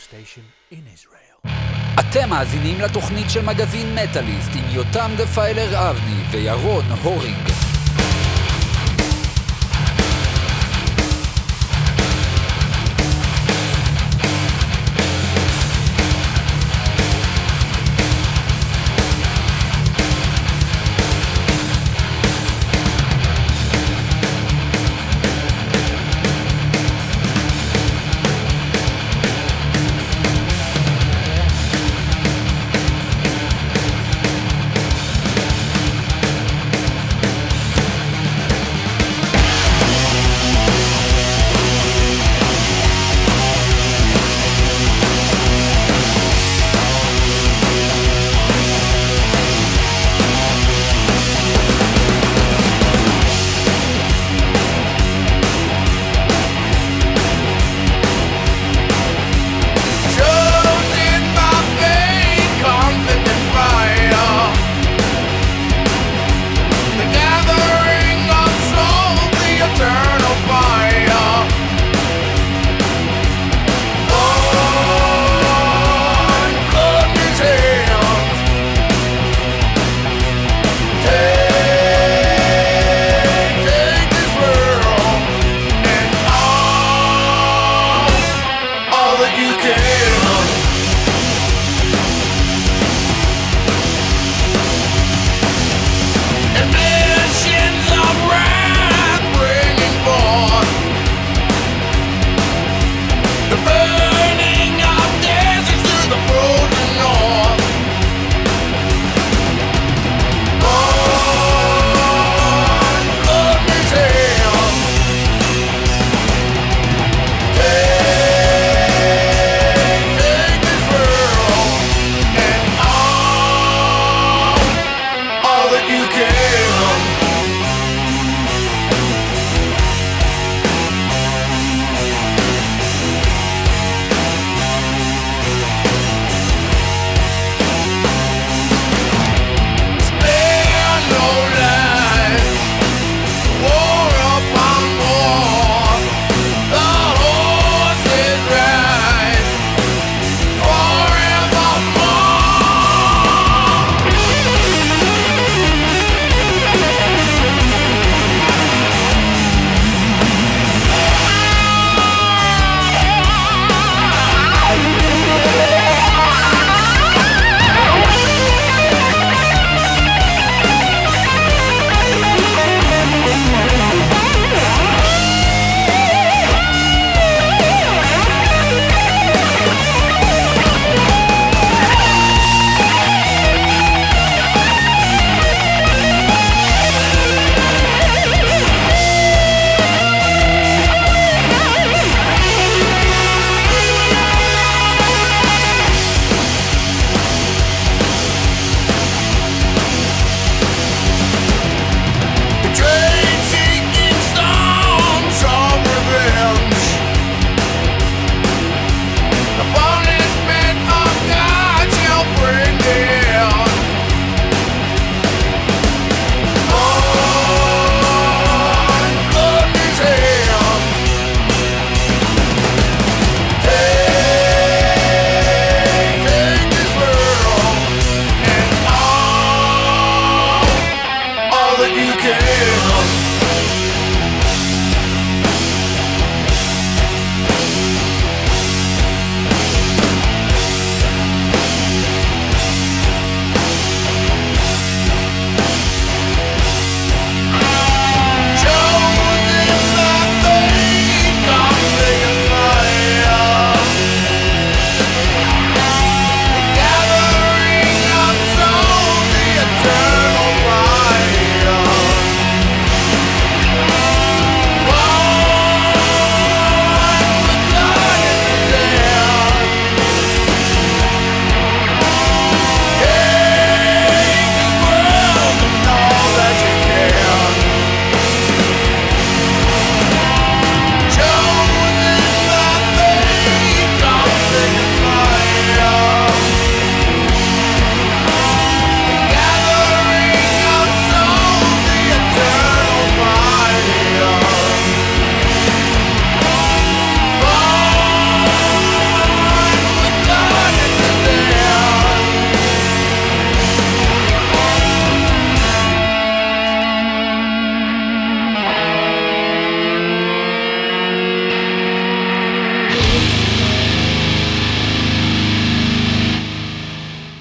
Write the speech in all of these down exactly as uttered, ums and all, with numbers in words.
station in Israel. אתם מאזינים לתוכנית של מגזין מטאליסט עם יותם דפיילר אבני וירון הורינג.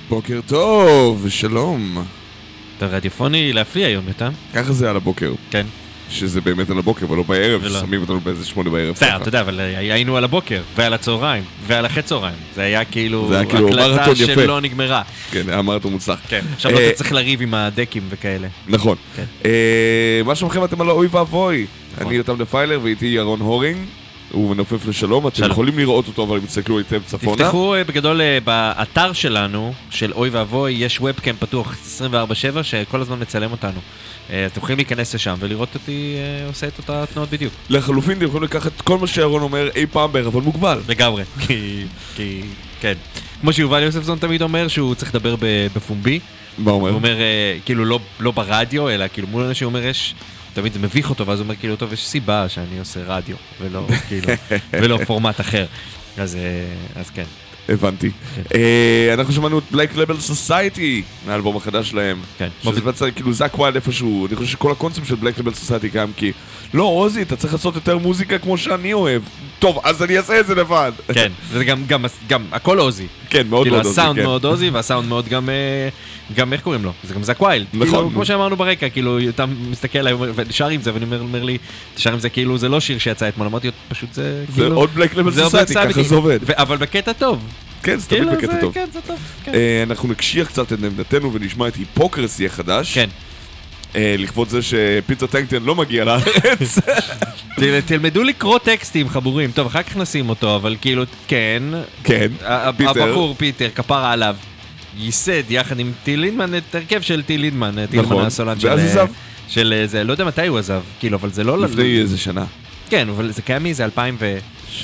בוקר טוב, שלום. אתה רדיופוני להפליא היום, יותם? ככה זה על הבוקר. כן. שזה באמת על הבוקר, ולא בערב, ולא. ששמים אותנו באיזה שמונה בערב. בסדר, אתה יודע, אבל היינו על הבוקר, ועל הצהריים, ועל אחרי צהריים. זה היה כאילו זה היה כאילו מרתון הקלטה יפה. שלא נגמרה. כן, היה מרתון מוצלח. כן, עכשיו לא אה, אתה צריך לריב עם הדקים וכאלה. נכון. כן. אה, מה שלומכם אתם על האוי ואבוי? נכון. אני יותם דפיילר ואיתי ירון הורינג. הוא מנופף לשלום, אתם שלום. יכולים לראות אותו, אבל אם תסתכלו היטב צפונה. תפתחו אה, בגדול אה, באתר שלנו, של אוי ואבוי, יש ובקאם פתוח עשרים וארבע שבע, שכל הזמן מצלם אותנו. אה, אתם יכולים להיכנס לשם ולראות אותי אה, עושה את אותה תנועות בדיוק. לחלופין, אתם יכולים לקחת כל מה שירון אומר אי פעם בערבון מוגבל. לגמרי, כי, כי, כן. כמו שיובל יוספסון תמיד אומר שהוא צריך לדבר ב- בפומבי. מה אומר? הוא אומר, אה, כאילו, לא, לא ברדיו, אלא כאילו מול אנשים הוא אומר, יש, תמיד זה מביך אותו, ואז הוא אומר, כאילו, טוב, יש סיבה שאני עושה רדיו, ולא, כאילו, ולא פורמט אחר. אז, אה, אז כן. הבנתי. אה, אנחנו שמענו את Black Label Society מהאלבום החדש שלהם. כן. שזה בעצם, כאילו, זק ווילד איפשהו. אני חושב שכל הקונספט של Black Label Society קיים כי לא, עוזי, אתה צריך לעשות יותר מוזיקה כמו שאני אוהב. טוב, אז אני אעשה את זה לבד. כן, זה גם, גם, גם, הכל אוזי. כן, מאוד כאילו, מאוד עוזי, הסאונד כן. מאוד עוזי, והסאונד מאוד גם, אה, גם, איך קוראים לו? זה גם זק ווילד. נכון. כאילו, כמו שאמרנו ברקע, כאילו, אתה מסתכל עליי ושר עם זה, ואני אומר, אומר לי, אתה שר עם זה כאילו, זה לא שיר שיצא אתמול, אמרתי, פשוט זה, זה כאילו... עוד Black Label זה עוד Society, Black ככה Sabbath. זה עובד. ו- אבל בקטע טוב. כן, זה תמיד כאילו, בקטע זה- טוב. כן, זה טוב. כן. אה, אנחנו נקשיח קצת את עמדתנו ונשמע את היפוקרסי החדש. כן. אה, לכבוד זה שפיטר טנקטן לא מגיע לארץ. תל- תלמדו לקרוא טקסטים חבורים. טוב, אחר כך נשים אותו, אבל כאילו, כן. כן, ה- פיטר. הבחור, פיטר, כפרה עליו, ייסד יחד עם טיל לידמן את הרכב של טיל לידמן. טיל נכון. לידמן הסולן של... ואז עזב. של זה, לא יודע מתי הוא עזב, כאילו, אבל זה לא... לפני איזה שנה. כן, אבל זה קיים מאיזה אלפיים וחמש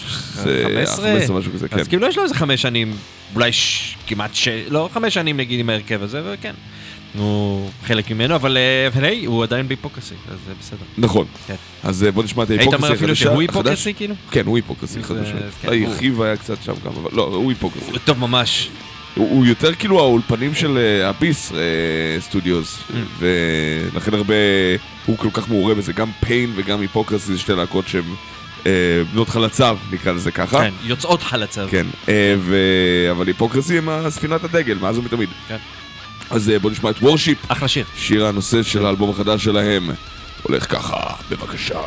זה עשרה. חמש עשרה משהו כזה, כן. אז כאילו יש לו איזה חמש שנים, אולי ש... כמעט ש... לא, חמש שנים נגיד עם ההרכב הזה, וכן. הוא חלק ממנו, אבל אה, אבל היי, הוא עדיין בהיפוקרסי, אז זה בסדר. נכון. כן. אז אה, בוא נשמע את היית ההיפוקרסי אומר אפילו שהוא החדש. היפוקרסי, כאילו? כן, הוא היפוקרסי, חד זה- משמעית. כן, הוא- היחיב היה קצת שם גם, אבל לא, הוא היפוקרסי. טוב, ממש. הוא הוא יותר כאילו האולפנים של אה, אביס אה, סטודיוס, Mm. ולכן הרבה, הוא כל כך מעורה בזה, גם פיין וגם היפוקרסי זה שתי להקות שהן אה, בנות חלציו, נקרא לזה ככה. כן, יוצאות חלציו. כן, אה, ו- אבל היפוקרסי הם הספינת הדגל, מאז ומתמיד. כן. אז אה, בוא נשמע את וורשיפ, אחלה שיר. שיר הנושא של האלבום החדש שלהם. הולך ככה, בבקשה.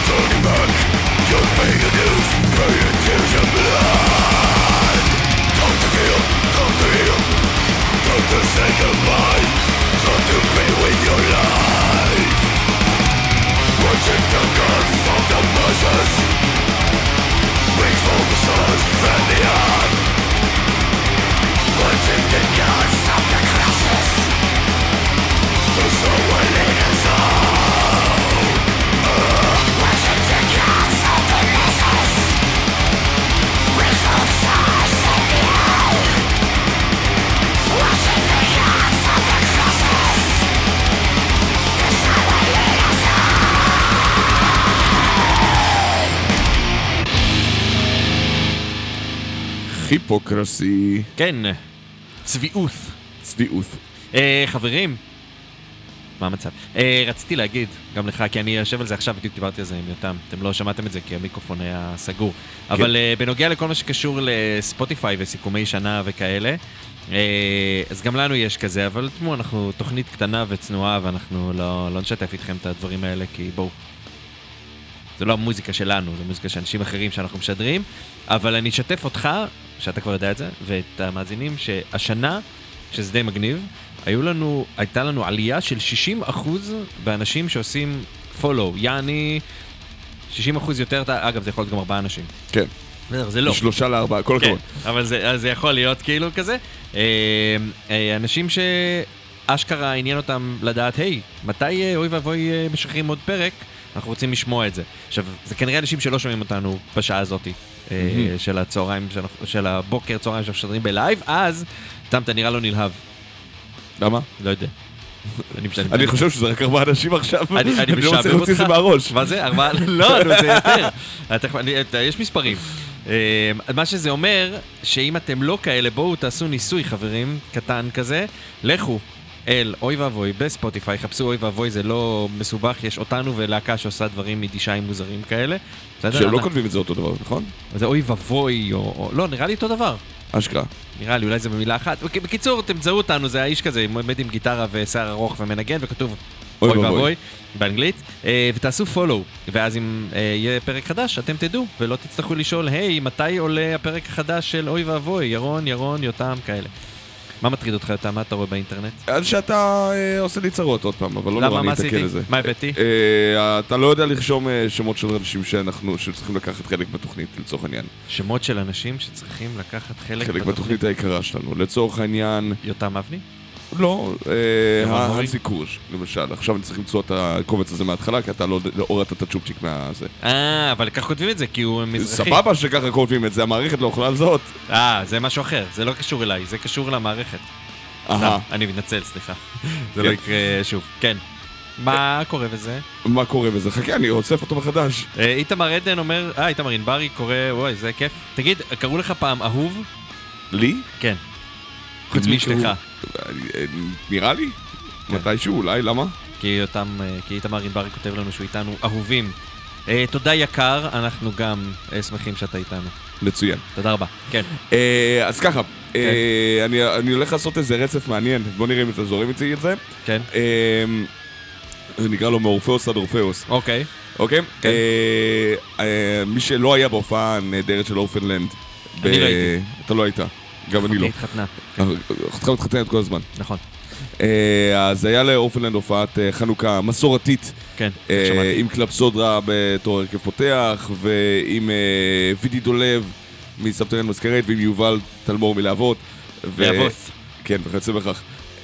היפוקרסי. כן, צביעות. צביעות. אה, חברים, מה המצב? אה, רציתי להגיד, גם לך, כי אני יושב על זה עכשיו, בדיוק דיברתי על זה עם יותם, אתם לא שמעתם את זה כי המיקרופון היה סגור. כן. אבל אה, בנוגע לכל מה שקשור לספוטיפיי וסיכומי שנה וכאלה, אה, אז גם לנו יש כזה, אבל תמו, אנחנו תוכנית קטנה וצנועה, ואנחנו לא, לא נשתף איתכם את הדברים האלה, כי בואו. זה לא המוזיקה שלנו, זה מוזיקה של אנשים אחרים שאנחנו משדרים, אבל אני אשתף אותך, שאתה כבר יודע את זה, ואת המאזינים, שהשנה, שזה די מגניב, היו לנו, הייתה לנו עלייה של שישים אחוז באנשים שעושים פולו, יעני שישים אחוז יותר, אגב זה יכול להיות גם ארבעה אנשים. כן. זה לא. שלושה לארבעה, כל הכבוד. כן, אבל זה, זה יכול להיות כאילו כזה. אנשים שאשכרה עניין אותם לדעת, היי, מתי אוי ואבוי משחררים עוד פרק? אנחנו רוצים לשמוע את זה. עכשיו, זה כנראה אנשים שלא שומעים אותנו בשעה הזאת, של הצהריים, של הבוקר, צהריים שאנחנו שדרים בלייב, אז, תם, אתה נראה לא נלהב. למה? לא יודע. אני חושב שזה רק ארבעה אנשים עכשיו. אני לא רוצה להוציא את זה מהראש. מה זה? ארבעה? לא, זה יותר. יש מספרים. מה שזה אומר, שאם אתם לא כאלה, בואו תעשו ניסוי, חברים, קטן כזה, לכו אל אוי ואבוי בספוטיפיי, חפשו אוי ואבוי, זה לא מסובך, יש אותנו ולהקה שעושה דברים מדישיים מוזרים כאלה. שהם לא כותבים את זה אותו דבר, נכון? זה אוי ואבוי, או לא, נראה לי אותו דבר. אשכרה. נראה לי, אולי זה במילה אחת. בקיצור, תמצאו אותנו, זה האיש כזה, עומד עם גיטרה ושיער ארוך ומנגן, וכתוב אוי ואבוי, באנגלית, ותעשו פולו, ואז אם יהיה פרק חדש, אתם תדעו, ולא תצטרכו לשאול, היי, מתי עולה הפרק החדש של אוי ואבוי, ירון, ירון, יותם, כאלה. מה מטריד אותך, יותם? מה אתה רואה באינטרנט? אז שאתה עושה לי צרות עוד פעם, אבל לא נורא אני אתקל לזה. מה הבאתי? אתה לא יודע לרשום שמות של אנשים שאנחנו, שצריכים לקחת חלק בתוכנית, לצורך העניין. שמות של אנשים שצריכים לקחת חלק בתוכנית? חלק בתוכנית היקרה שלנו, לצורך העניין... יותם אבני? לא, הנסי קורש, למשל. עכשיו אני צריך למצוא את הקובץ הזה מההתחלה, כי אתה לא הורדת את הצ'ופצ'יק מהזה. אה, אבל כך כותבים את זה, כי הוא מזרחי. סבבה שככה כותבים את זה, המערכת לא יכולה לזהות. אה, זה משהו אחר, זה לא קשור אליי, זה קשור למערכת. אהה. אני מתנצל, סליחה. זה לא יקרה שוב. כן. מה קורה בזה? מה קורה בזה? חכה, אני אוסף אותו מחדש. איתמר עדן אומר, אה, איתמר ענברי קורא, וואי, זה כיף. תגיד, קראו לך פעם אהוב? לי? כן. חוץ מאשתך. נראה לי? מתישהו, אולי, למה? כי איתמר ענברי כותב לנו שהוא איתנו אהובים. תודה יקר, אנחנו גם שמחים שאתה איתנו. מצוין. תודה רבה, כן. אז ככה, אני הולך לעשות איזה רצף מעניין, בוא נראה אם אתה זורם איתי את זה. כן. נקרא לו מאורפאוס עד אורפאוס. אוקיי. אוקיי? מי שלא היה בהופעה הנהדרת של אורפנלנד. אני ראיתי. אתה לא היית. גם אני לא. התחתנה. אחותך מתחתנת כל הזמן. נכון. אז היה לאורפנלנד הופעת חנוכה מסורתית. כן, שמעתי. עם קלפסודרה בתור הרכב פותח, ועם וידי דולב מסבתרן מזכרת, ועם יובל תלמור מלהבות. להבות. כן, וכיוצא בכך.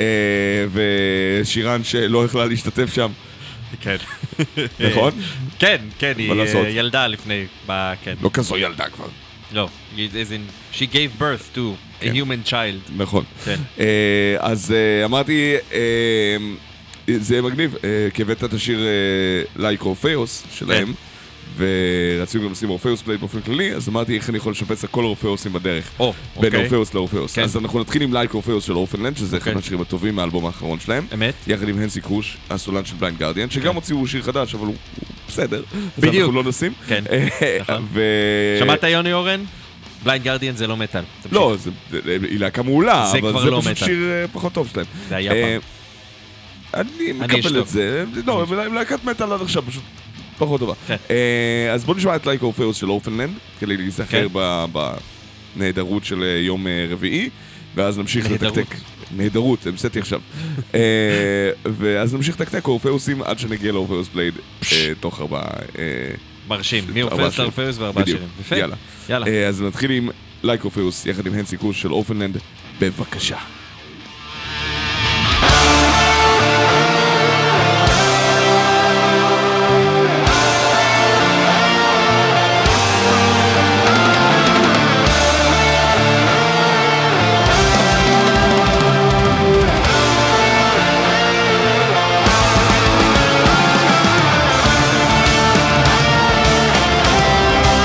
ושירן שלא יכלה להשתתף שם. כן. נכון? כן, כן, היא ילדה לפני, כן. לא כזו ילדה כבר. לא, she gave birth to a human child. נכון. אז אמרתי, זה מגניב, כי הבאת את השיר לייק אורפאוס שלהם, ורצינו גם לשים אורפאוס פלייט באופן כללי, אז אמרתי איך אני יכול לשפץ הכל אורפאוסים בדרך, בין אורפאוס לאורפאוס. אז אנחנו נתחיל עם לייק אורפאוס של אורפנלנד, שזה אחד מהשירים הטובים מהאלבום האחרון שלהם. אמת. יחד עם הנסי קרוש, הסולן של בליינד גרדיאן, שגם הוציאו שיר חדש, אבל הוא בסדר. בדיוק. אז אנחנו לא נשים. כן, נכון. שמעת יוני אורן? בליינד גרדיאן זה לא מטל. לא, היא להקה מעולה, אבל זה לא פשוט שיר פחות טוב שלהם. זה היה פעם. אני מקבל את זה. לא, עם להקת מטל עד עכשיו פשוט פחות טובה. כן. אה, אז בוא נשמע את לייק אורפאוס של אורפנלנד, כדי להיזכר כן. ב- בנהדרות של אה, יום אה, רביעי, ואז נמשיך נהדרות. לתקתק. נהדרות, המצאתי עכשיו. אה, ואז נמשיך לתקתק אורפאוסים עד שנגיע לאורפאוס בלייד אה, תוך ארבעה... אה, מרשים, ארבעה מאורפאוס שירים. לאורפאוס וארבעה בדיוק. שירים. יפה. יאללה. יאללה. אה, אז נתחיל עם לייק אורפאוס יחד עם הנסי קרוס של אורפנלנד, בבקשה.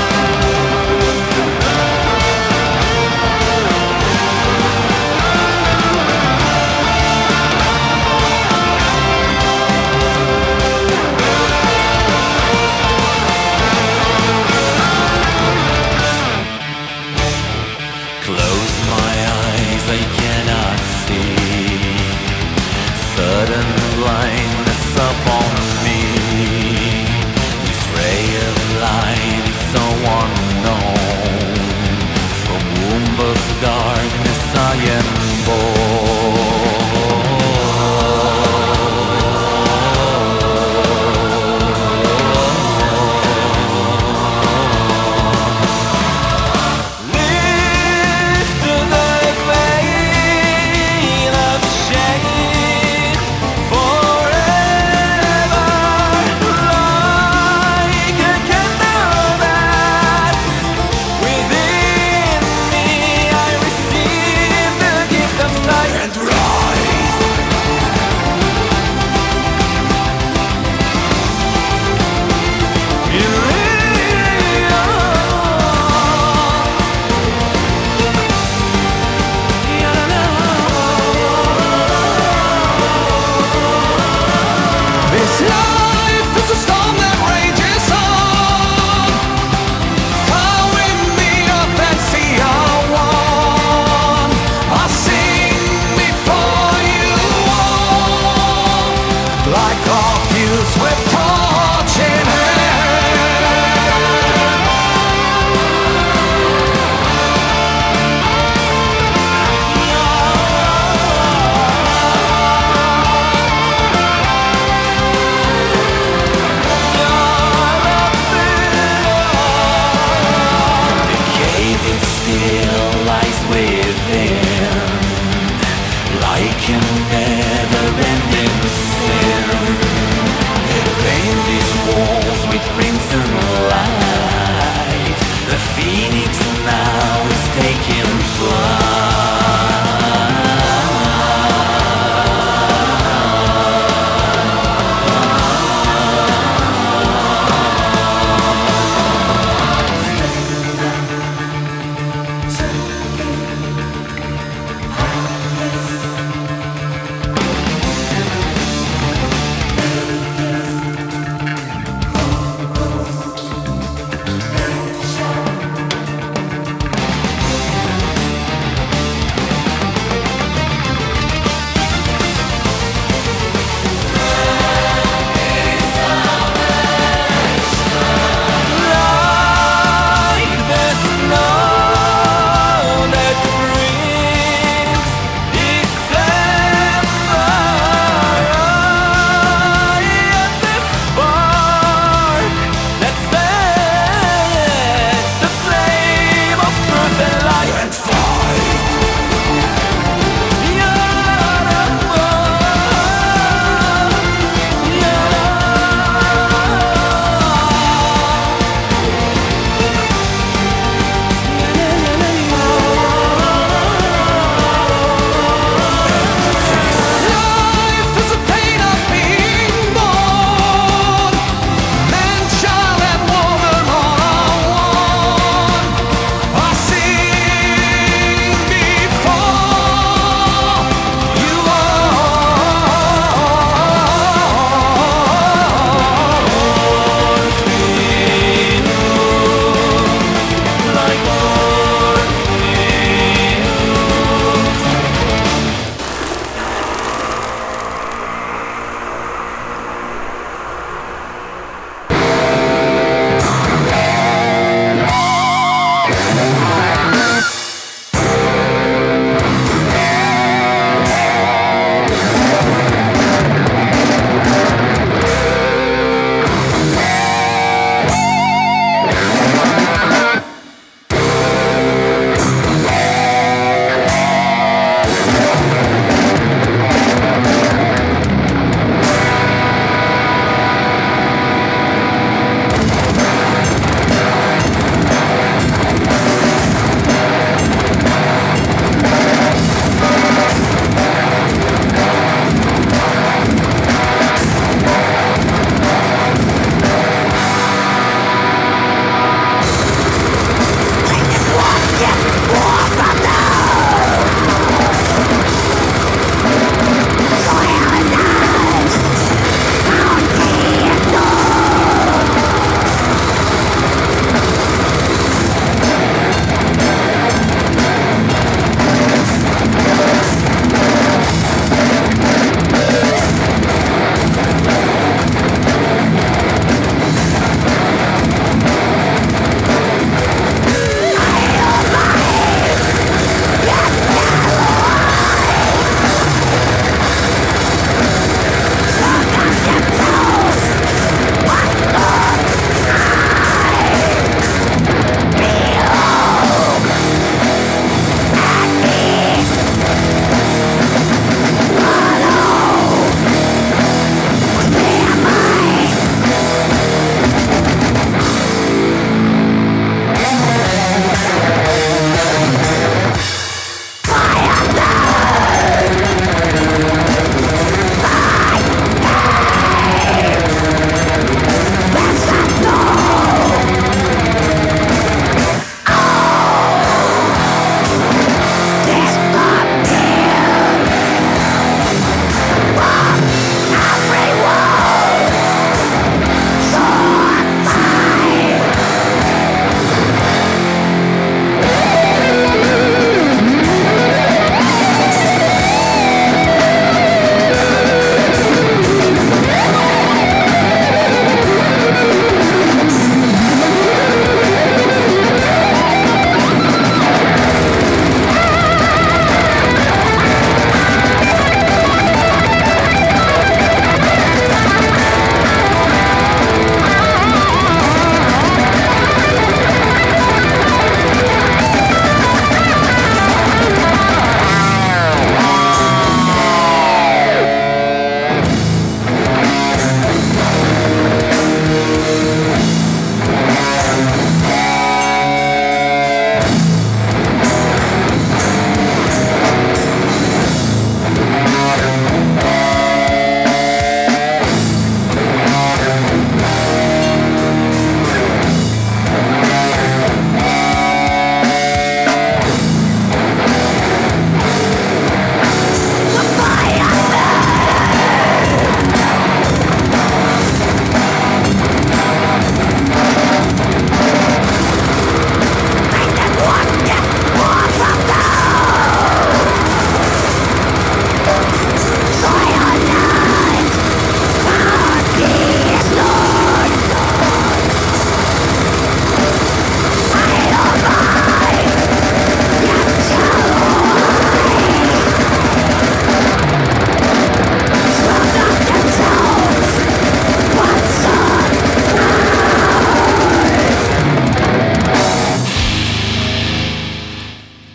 Thank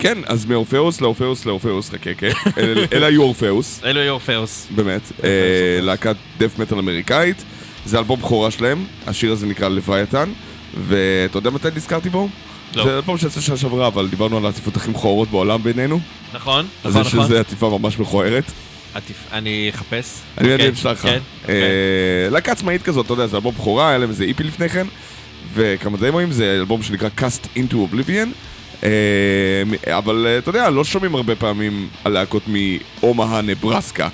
כן, אז מאורפאוס לאורפאוס לאורפאוס, חכה, כן. אלה היו אורפאוס. אלו היו אורפאוס. באמת. להקת דף מטל אמריקאית. זה אלבום בכורה שלהם, השיר הזה נקרא לוויתן, ואתה יודע מתי נזכרתי בו? לא. זה אלבום שיצא שעה שעברה, אבל דיברנו על העטיפות הכי מכוערות בעולם בינינו. נכון, אז נכון, יש נכון. לזה עטיפה ממש מכוערת. אני אחפש. אני אוקיי, אשלח לך. כן, אוקיי. להקה עצמאית כזאת, אתה יודע, זה אלבום בכורה, היה להם איזה איפי לפני כן, וכמה דמוים, זה אלבום שנקרא Cast into Oblivion, אבל אתה יודע, לא שומעים הרבה פעמים על להקות מאומהה נברסקה.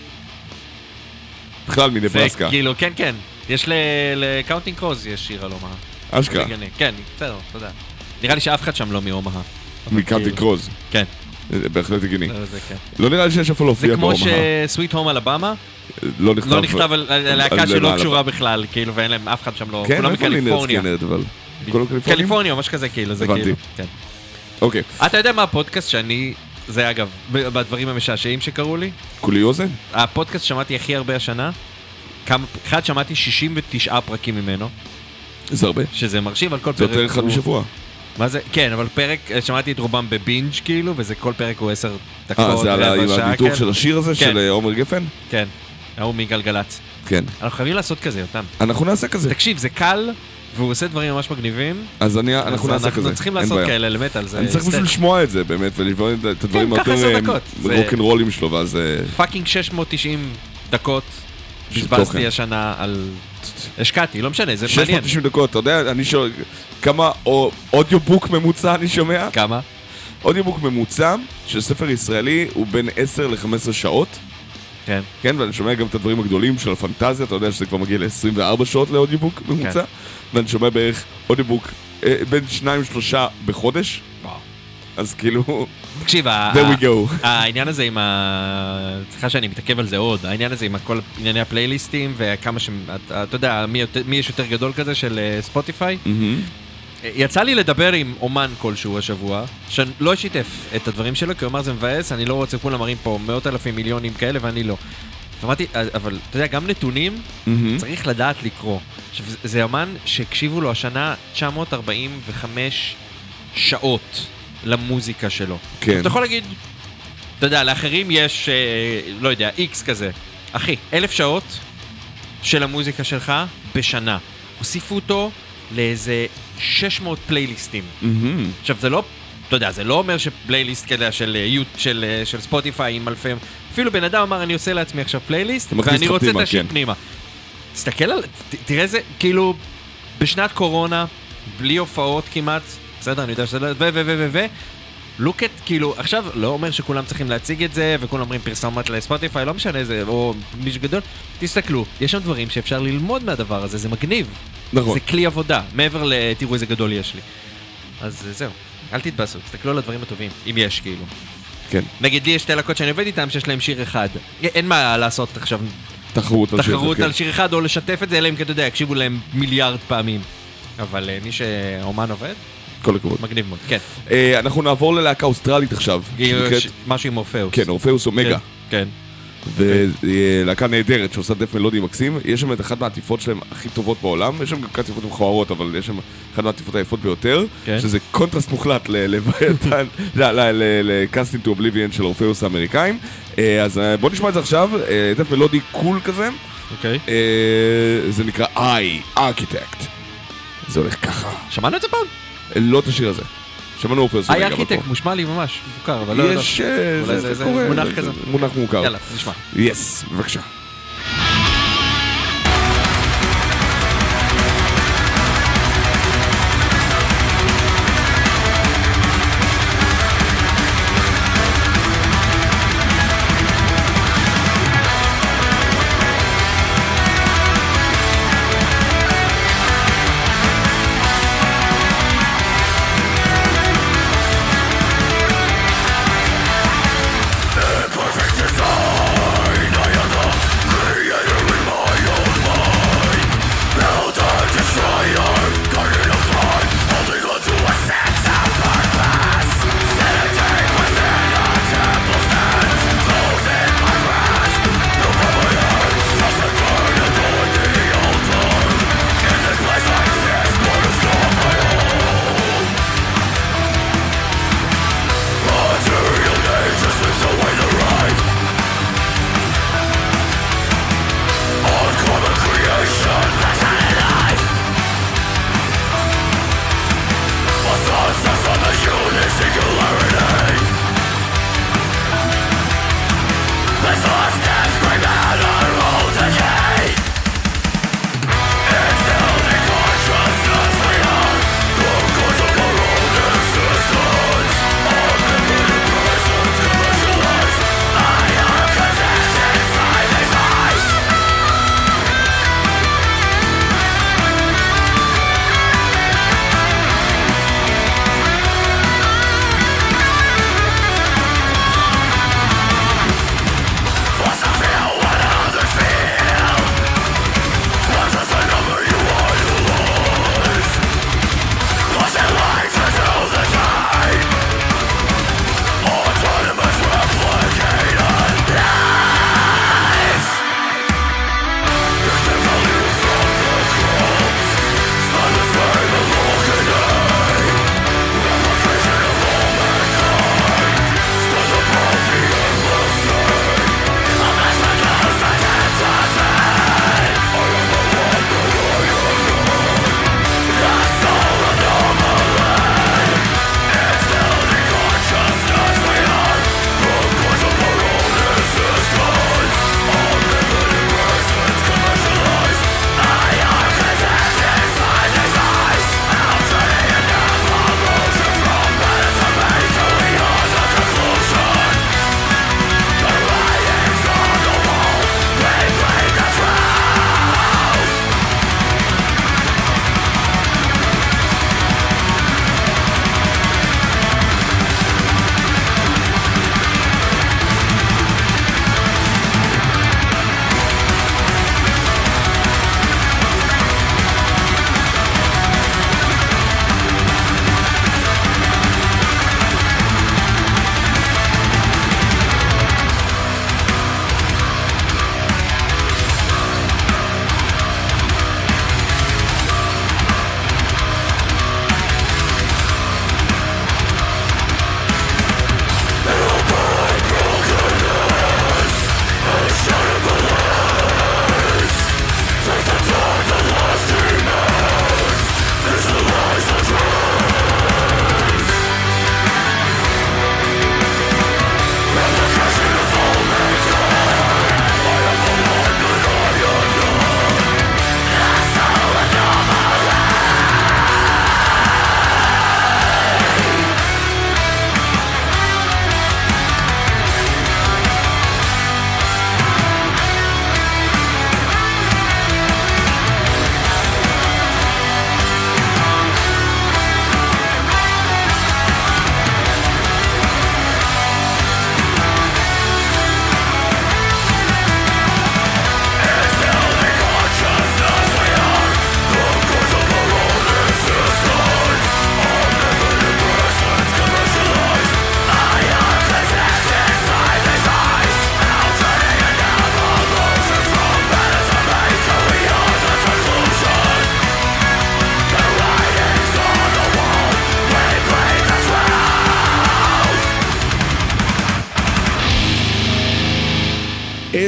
בכלל מנברסקה. זה כאילו, כן, כן. יש לקאונטינג קרוז, יש שיר על אומהה. אשכרה. כן, בסדר, תודה. נראה לי שאף אחד שם לא מאומהה. מקאונטינג קרוז. כן. זה בהחלט הגיוני. זה כן. לא נראה לי שיש איפה להופיע זה כמו באומהה. שסוויט הום אלבמה, לא נכתב... לא נכתב על להקה שלא למעלה. קשורה בכלל, כאילו, ואין להם אף אחד שם לא... כן, כולם איפה לינרד בקליפורניה. סקינרד, אבל... כולם קליפורנים? קליפורניה, ממש כזה, כאילו, זה הבנתי. כאילו. כן. אוקיי. אתה יודע מה הפודקאסט שאני... זה אגב, בדברים המשעשעים שקראו לי? כולי אוזן? הפודקאסט שמעתי הכי הרבה השנה. כמה... אחד שמעתי שישים ותשעה פרקים ממנו, זה הרבה. שזה מרשים על כל זה פרק. יותר אחד הוא- משבוע. מה זה? כן, אבל פרק, שמעתי את רובם בבינג' כאילו, וזה כל פרק הוא עשר דקות, אה, זה על ה- רבע עם שעה, הניתוח כן. של השיר הזה, כן. של אה, עומר גפן? כן, ההוא מגלגלצ. כן. אנחנו חייבים לעשות כזה, אותם. אנחנו נעשה כזה. תקשיב, זה קל, והוא עושה דברים ממש מגניבים. אז אני- אנחנו אז נעשה כזה. אנחנו צריכים אין לעשות בעיה. כאלה למטל, זה... אני צריך פשוט לשמוע את זה באמת, ולשמוע את הדברים קח עשר היותר דקות. זה- רוקנרולים שלו, ואז... אה, פאקינג שש מאות תשעים דקות של בזבזתי תוכן. השנה על... השקעתי, לא משנה, זה שש מעניין. מאות תשעים דקות, אתה יודע, אני שואל... כמה או- אודיובוק ממוצע אני שומע? כמה? אודיובוק ממוצע של ספר ישראלי הוא בין עשר ל-חמש עשרה שעות. כן. כן, ואני שומע גם את הדברים הגדולים של הפנטזיה, אתה יודע שזה כבר מגיע ל-עשרים וארבע שעות לאודיובוק ממוצע, ואני שומע בערך אודיובוק אה, בין שניים שלושה בחודש, וואו. אז כאילו, תקשיב, ה- there we go. העניין הזה עם ה... סליחה שאני מתעכב על זה עוד, העניין הזה עם כל ענייני הפלייליסטים וכמה ש... אתה אתה יודע, מי, יותר- מי יש יותר גדול כזה של אה, ספוטיפיי? מהמם. יצא לי לדבר עם אומן כלשהו השבוע, שלא שיתף את הדברים שלו, כי הוא אמר זה מבאס, אני לא רוצה, כולם מראים פה מאות אלפים מיליונים כאלה ואני לא. ואמרתי, אבל אתה יודע, גם נתונים מהמם. צריך לדעת לקרוא. עכשיו, זה- זה אומן שהקשיבו לו השנה תשע מאות ארבעים וחמש שעות למוזיקה שלו. כן. אתה יכול להגיד, אתה יודע, לאחרים יש, אה, לא יודע, איקס כזה. אחי, אלף שעות של המוזיקה שלך בשנה. הוסיפו אותו לאיזה שש מאות פלייליסטים. מהמם. עכשיו, זה לא, אתה יודע, זה לא אומר שפלייליסט כזה של יוט, של, אה, של ספוטיפיי עם אלפי... אפילו בן אדם אמר, אני עושה לעצמי עכשיו פלייליסט, אתה מכניס ואני לך רוצה את פנימה, השיר כן. פנימה. תסתכל על... ת- תראה איזה, כאילו, בשנת קורונה, בלי הופעות כמעט, בסדר, אני יודע שזה לא... ו... ו... ו... ו... ו... לוקט, כאילו, עכשיו, לא אומר שכולם צריכים להציג את זה, וכולם אומרים פרסומת לספוטיפיי, לא משנה זה, או מישהו גדול, תסתכלו, יש שם דברים שאפשר ללמוד מהדבר הזה, זה מגניב. נכון. זה כלי עבודה, מעבר ל... תראו איזה גדול יש לי. אז זהו, אל תתבאסו, תסתכלו על הדברים הטובים, אם יש כאילו. כן. נגיד לי יש שתי להקות שאני עובד איתם שיש להם שיר אחד. אין מה לעשות עכשיו תחרות על שיר, תחרות כן. על שיר אחד או לשתף את זה, אלא אם כן אתה יודע, יקשיבו להם מיליארד פעמים. אבל אה, מי שאומן עובד, כל הכבוד. מגניב מאוד. כן. אה, אנחנו נעבור ללהקה אוסטרלית עכשיו. שנקראת- ש- משהו עם אורפאוס. כן, אורפאוס אומגה. כן. ולהקה נהדרת שעושה דף מלודי מקסים. יש שם את אחת מהעטיפות שלהם הכי טובות בעולם. יש שם גם כמה עטיפות מכוערות, אבל יש שם אחת מהעטיפות היפות ביותר. כן. שזה קונטרסט מוחלט ללוויתן, לקאסטינג טו אובליביאן של אורפאוס האמריקאים. אה, אז אה, בוא נשמע את זה עכשיו. אה, דף מלודי קול כזה. אוקיי. אה, זה נקרא I, Architect. זה הולך ככה. שמענו את זה פעם? אה, לא את השיר הזה. שמענו אורפאוס היי אומגה. ארכיטקט, בטוח. מושמע לי ממש, מוכר, אבל לא יודע. יש... אה, אולי זה- זה- זה זה קורה. מונח זה- כזה. מונח מוכר. יאללה, נשמע. יס, בבקשה. Perfect design, I am the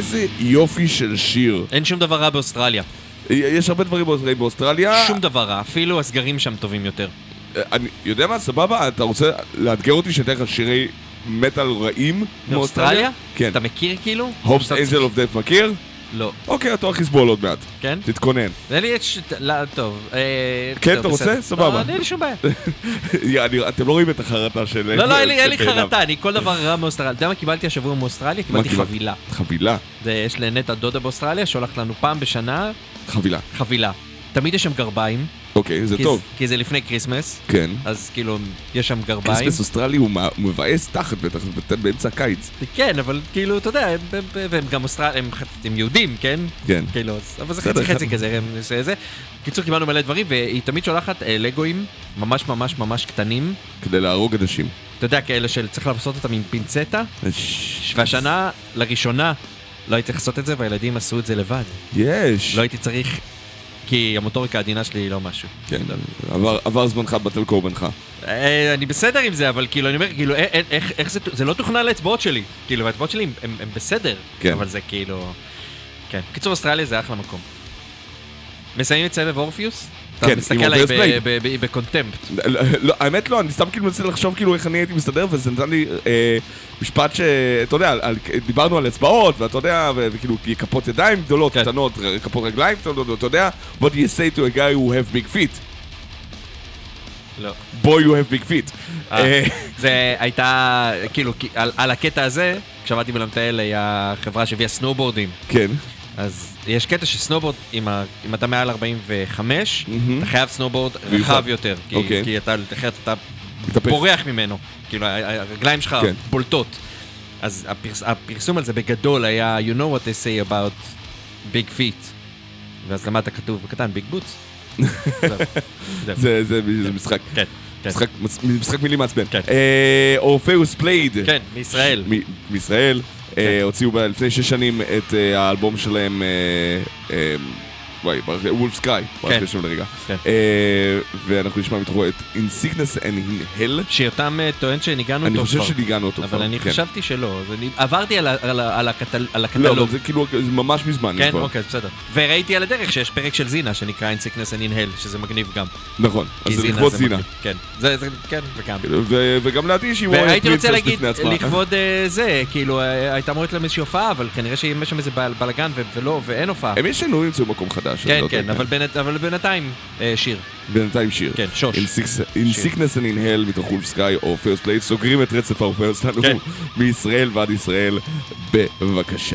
איזה יופי של שיר. אין שום דבר רע באוסטרליה. יש הרבה דברים באוסטרליה. באוסטרליה... שום דבר רע, אפילו הסגרים שם טובים יותר. אני יודע מה, סבבה, אתה רוצה לאתגר אותי שתהיה לך שירי מטל רעים מאוסטרליה? כן. אתה מכיר כאילו? הופס אנג'ל אוף דאט מכיר? לא. אוקיי, אתה הולך לסבול עוד מעט. כן? תתכונן. אין לי את ש... לא, טוב. כן, אתה רוצה? סבבה. אין לי שום בעיה. אתם לא רואים את החרטה של... לא, לא, אין לי חרטה, אני כל דבר רע מאוסטרליה. אתה יודע מה קיבלתי השבוע מאוסטרליה? קיבלתי חבילה. חבילה? יש לנטע דודה באוסטרליה, שהולכת לנו פעם בשנה. חבילה. חבילה. תמיד יש שם גרביים. אוקיי, זה טוב. כי זה לפני קריסמס. כן. אז כאילו, יש שם גרביים. קריסמס אוסטרלי הוא מבאס תחת בטח, באמצע הקיץ. כן, אבל כאילו, אתה יודע, והם גם אוסטרלים, הם יהודים, כן? כן. כאילו, אבל זה חצי חצי כזה, זה. קיצור, קיבלנו מלא דברים, והיא תמיד שולחת לגויים ממש ממש ממש קטנים. כדי להרוג אנשים. אתה יודע, כאלה של צריך לעשות אותם עם פינצטה. והשנה, לראשונה, לא הייתי לעשות את זה, והילדים עשו את זה לבד. יש. לא הייתי צריך... כי המוטוריקה העדינה שלי היא לא משהו. כן, עבר זמנך בטל קורבנך. אני בסדר עם זה, אבל כאילו, אני אומר, כאילו, איך זה, זה לא תוכנן לאצבעות שלי. כאילו, האצבעות שלי הם בסדר. אבל זה כאילו... כן. קיצור, אוסטרליה זה אחלה מקום. מסיימים את סבב אורפיוס? אתה מסתכל עליי בקונטמפט. האמת לא, אני סתם כאילו מנסה לחשוב כאילו איך אני הייתי מסתדר, וזה נתן לי משפט שאתה יודע, דיברנו על אצבעות, ואתה יודע, וכאילו כפות ידיים גדולות, קטנות, כפות רגליים קטנות, אתה יודע, what do you say to a guy who have big feet? לא. boy you have big feet. זה הייתה, כאילו, על הקטע הזה, כשעבדתי בלמטאל, היה חברה שהביאה סנובורדים. כן. אז יש קטע שסנובורד, אם אתה מעל ארבעים וחמש, אתה חייב סנובורד רחב יותר, כי אחרת אתה בורח ממנו, כאילו הרגליים שלך בולטות. אז הפרסום על זה בגדול היה You know what they say about big feet, ואז למטה כתוב בקטן big boots. זה משחק. משחק מילים מעצבן. אורפאוס פלייד. כן, מישראל. מישראל. הוציאו לפני שש שנים את האלבום שלהם, וואי, וולף סקאי, ברחתי שם לרגע. ואנחנו נשמע מתוכו את In Sickness and in Hell. שיותם טוען שניגענו אותו כבר. אני חושב שניגענו אותו כבר. אבל אני חשבתי שלא, עברתי על הקטלוג. לא, זה כאילו ממש מזמן. כן, אוקיי, בסדר. וראיתי על הדרך שיש פרק של זינה שנקרא In Sickness and in Hell, שזה מגניב גם. נכון, אז זה לכבוד זינה. כן, זה, כן, וגם. וגם לדעתי שהיא והייתי רוצה להגיד, לכבוד זה, כאילו, הייתה אמורת להם איזושהי הופעה, אבל כנראה שיש שם איזה בלגן ולא, ואין הופעה. הם ישנו למצוא מקום חדש. כן, כן, אבל בינתיים שיר. בינתיים שיר. כן, שוש. In Sickness and in Hell מתוך וולף סקאי או פרסט פלייד, סוגרים את רצף האורפאוס שלנו מישראל ועד ישראל, בבקשה.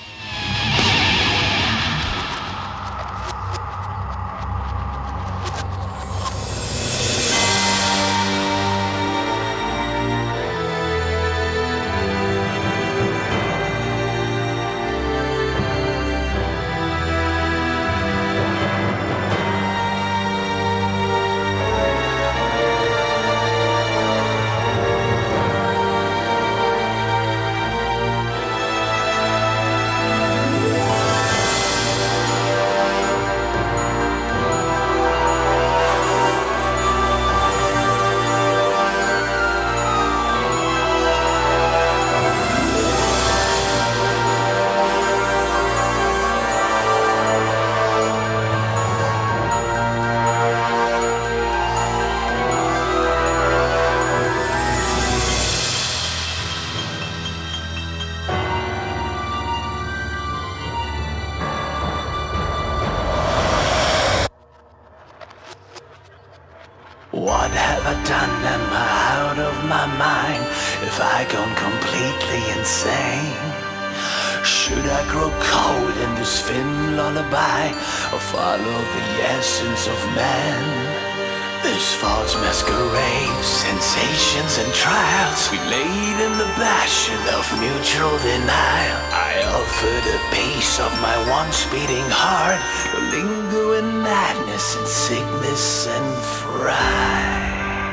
What have I done? Am I out of my mind? If I gone completely insane? Should I grow cold in this thin lullaby, or follow the essence of man? This false masquerade, sensations and trials, we laid in the passion of mutual denial. I offer the pace of my once beating heart, to linger in madness and sickness and fright.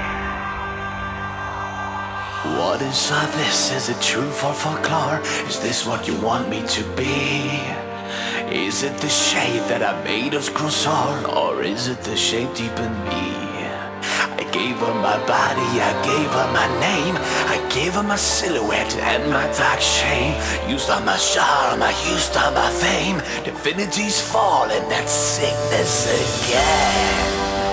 What is all this? Is it truth or folklore? Is this what you want me to be? Is it the shape that I made us grow sore, or is it the shape deep in me? I gave her my body, I gave her my name, I gave her my silhouette and my dark shame. Used all my charm, I used all my fame. Divinity's falling, that's sickness again.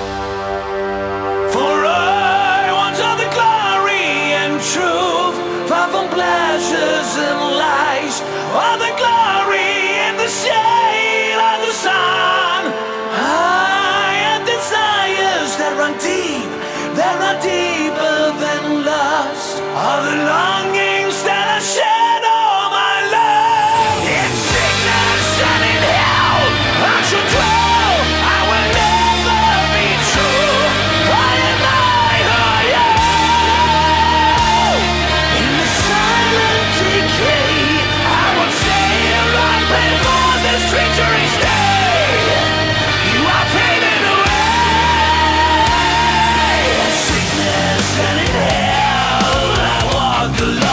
For I want all the glory and truth, far from pleasures and lies, all the glory and the shade of the sun. I have desires that run deep, that run deeper than lust, all the longings that I shed all my love. In sickness and in hell I shall dwell, I will never be true. I am I who I am. In the silent decay I will stay right before this treachery's day. You are fading away. Sickness and in hell I walk alone.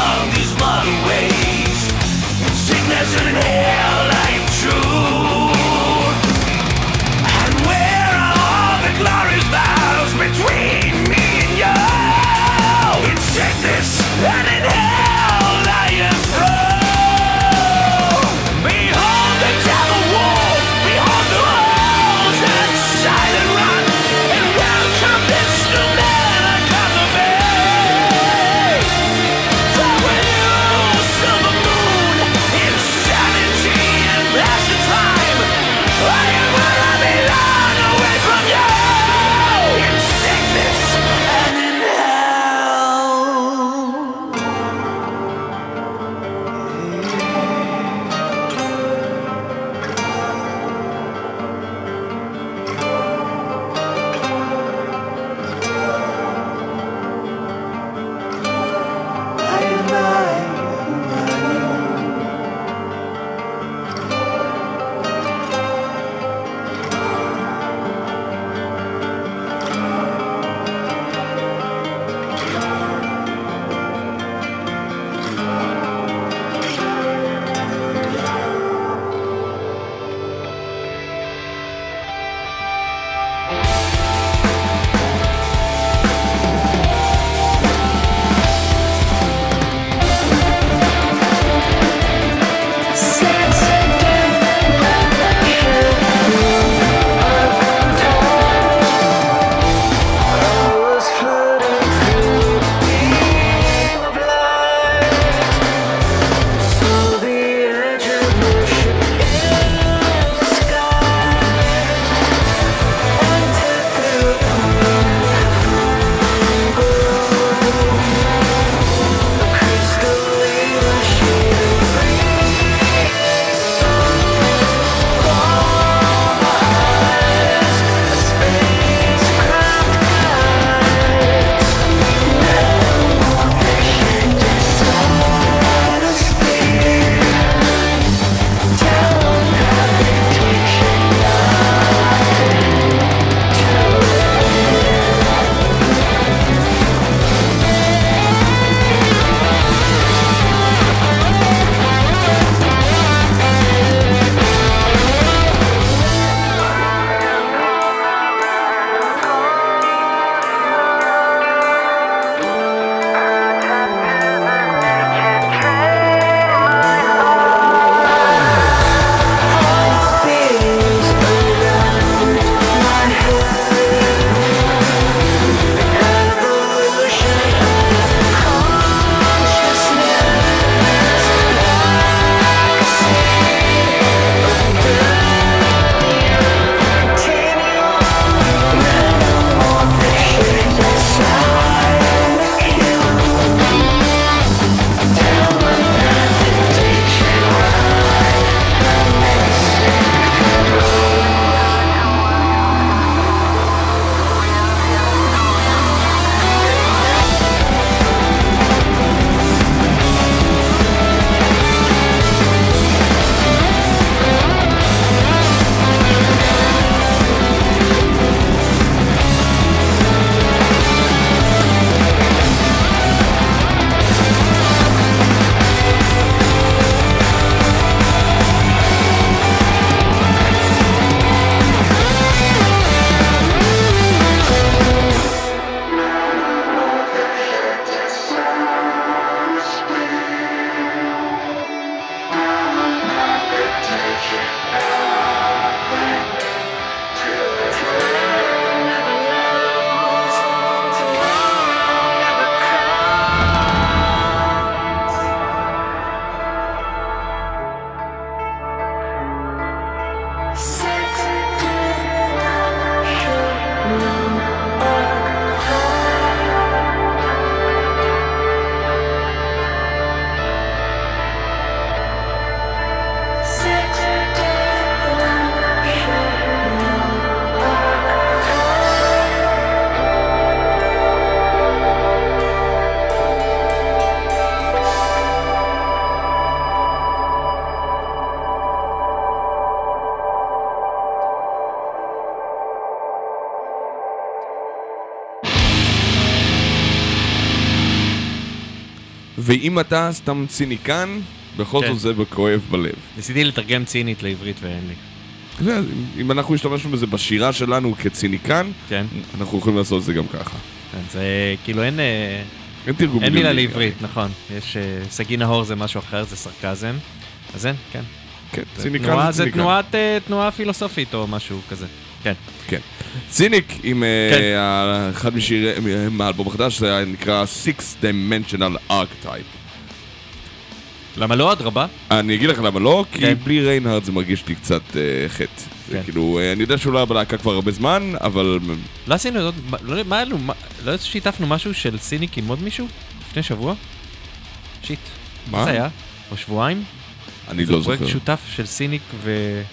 ואם אתה סתם ציניקן, בכל כן. זאת זה כואב בלב. ניסיתי לתרגם צינית לעברית ואין לי. אתה יודע, אם אנחנו השתמשנו בזה בשירה שלנו כציניקן, כן. אנחנו יכולים לעשות את זה גם ככה. כן, זה כאילו אין... אה, אין תרגום. אין מילה מילולי. לעברית, נכון. יש... אה, סגי נהור זה משהו אחר, זה סרקזם. אז אין, כן. כן, זה ציניקן תנועה- זה זה ציניקן. תנועת, אה, תנועה פילוסופית או משהו כזה. כן. כן. ציניק עם אה, כן. ה- אחד משירי, מהאלבום החדש, זה נקרא Six Dimensional Archetype. למה לא, אדרבה? אני אגיד לך למה לא, כי כן. בלי ריינהרד זה מרגיש לי קצת אה, חטא. זה כן. כאילו, אה, אני יודע שהוא לא היה בלהקה כבר הרבה זמן, אבל לא עשינו עוד... מה- לא מה היה לנו? מה- לא שיתפנו משהו של סיניק עם עוד מישהו? לפני שבוע? שיט. מה? מה זה היה? או שבועיים? אני זה לא זוכר. פרויקט שותף של סיניק ו...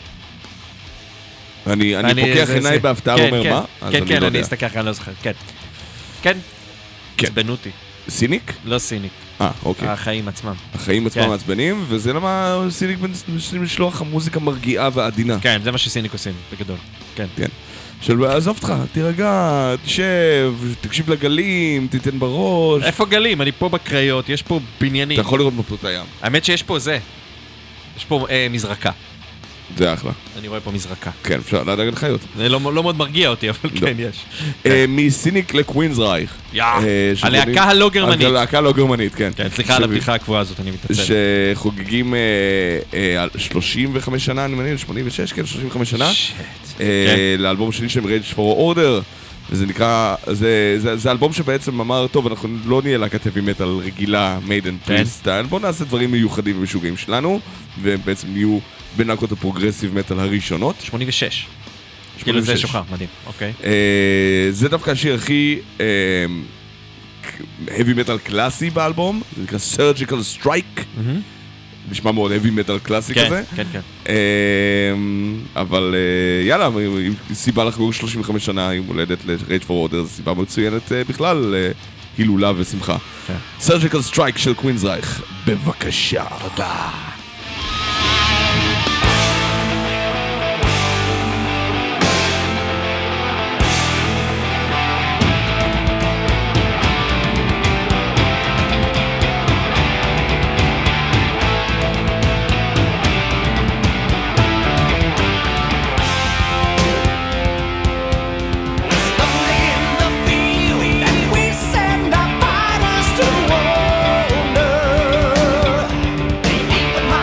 אני אני פוקח זה- עיניי זה- בהפתעה כן, ואומר כן. מה? אז כן, אני כן, לא אני יודע. אסתכל אחרי, אני לא זוכר. כן. כן. כן. עצבנו אותי. סיניק? לא סיניק. אה, אוקיי. החיים עצמם. החיים עצמם כן. מעצבנים, וזה למה סיניק משלוח המוזיקה מרגיעה ועדינה. כן, זה מה שסיניק עושים, בגדול. כן. כן. של עזוב אותך, תירגע, תשב, תקשיב לגלים, תיתן בראש. איפה גלים? אני פה בקריות, יש פה בניינים. אתה יכול לראות מפות הים. האמת שיש פה זה. יש פה אה, מזרקה. זה אחלה. אני רואה פה מזרקה. כן, אפשר לדעת חיות. זה לא, לא מאוד מרגיע אותי, אבל לא. כן, יש. אה, מסיניק לקווינסרייך. יא, אה, שחוגגים- הלהקה הלא גרמנית. הלהקה הלא גרמנית, כן. כן, סליחה על ש- הבדיחה הקבועה הזאת, אני מתעצל. שחוגגים אה, אה, על שלושים וחמש שנה, אני מניח, שמונים ושש, כן, שלושים וחמש שנה. שיט. אה, כן. לאלבום שני שהם Rage for Order, וזה נקרא, זה, זה, זה אלבום שבעצם אמר, טוב, אנחנו לא נהיה להקת heavy metal רגילה, made and כן. please style, בואו נעשה דברים מיוחדים ומשוגעים שלנו, והם בעצם נהיו בין להקות הפרוגרסיב מטאל הראשונות. שמונים ושש. כאילו שמונים זה ושש. שוחרר, מדהים. אוקיי. אה, זה דווקא השיר הכי אה, heavy metal קלאסי באלבום, זה נקרא Surgical Strike, מהמם. נשמע מאוד heavy metal קלאסי כן, כזה. כן, כן. אה, אבל אה, יאללה, אם סיבה לחגוג שלושים וחמש שנה עם הולדת ל-Rage for Order, זו סיבה מצוינת אה, בכלל, אה, הילולה ושמחה. כן. Surgical Strike של קווינסרייך, בבקשה. תודה. My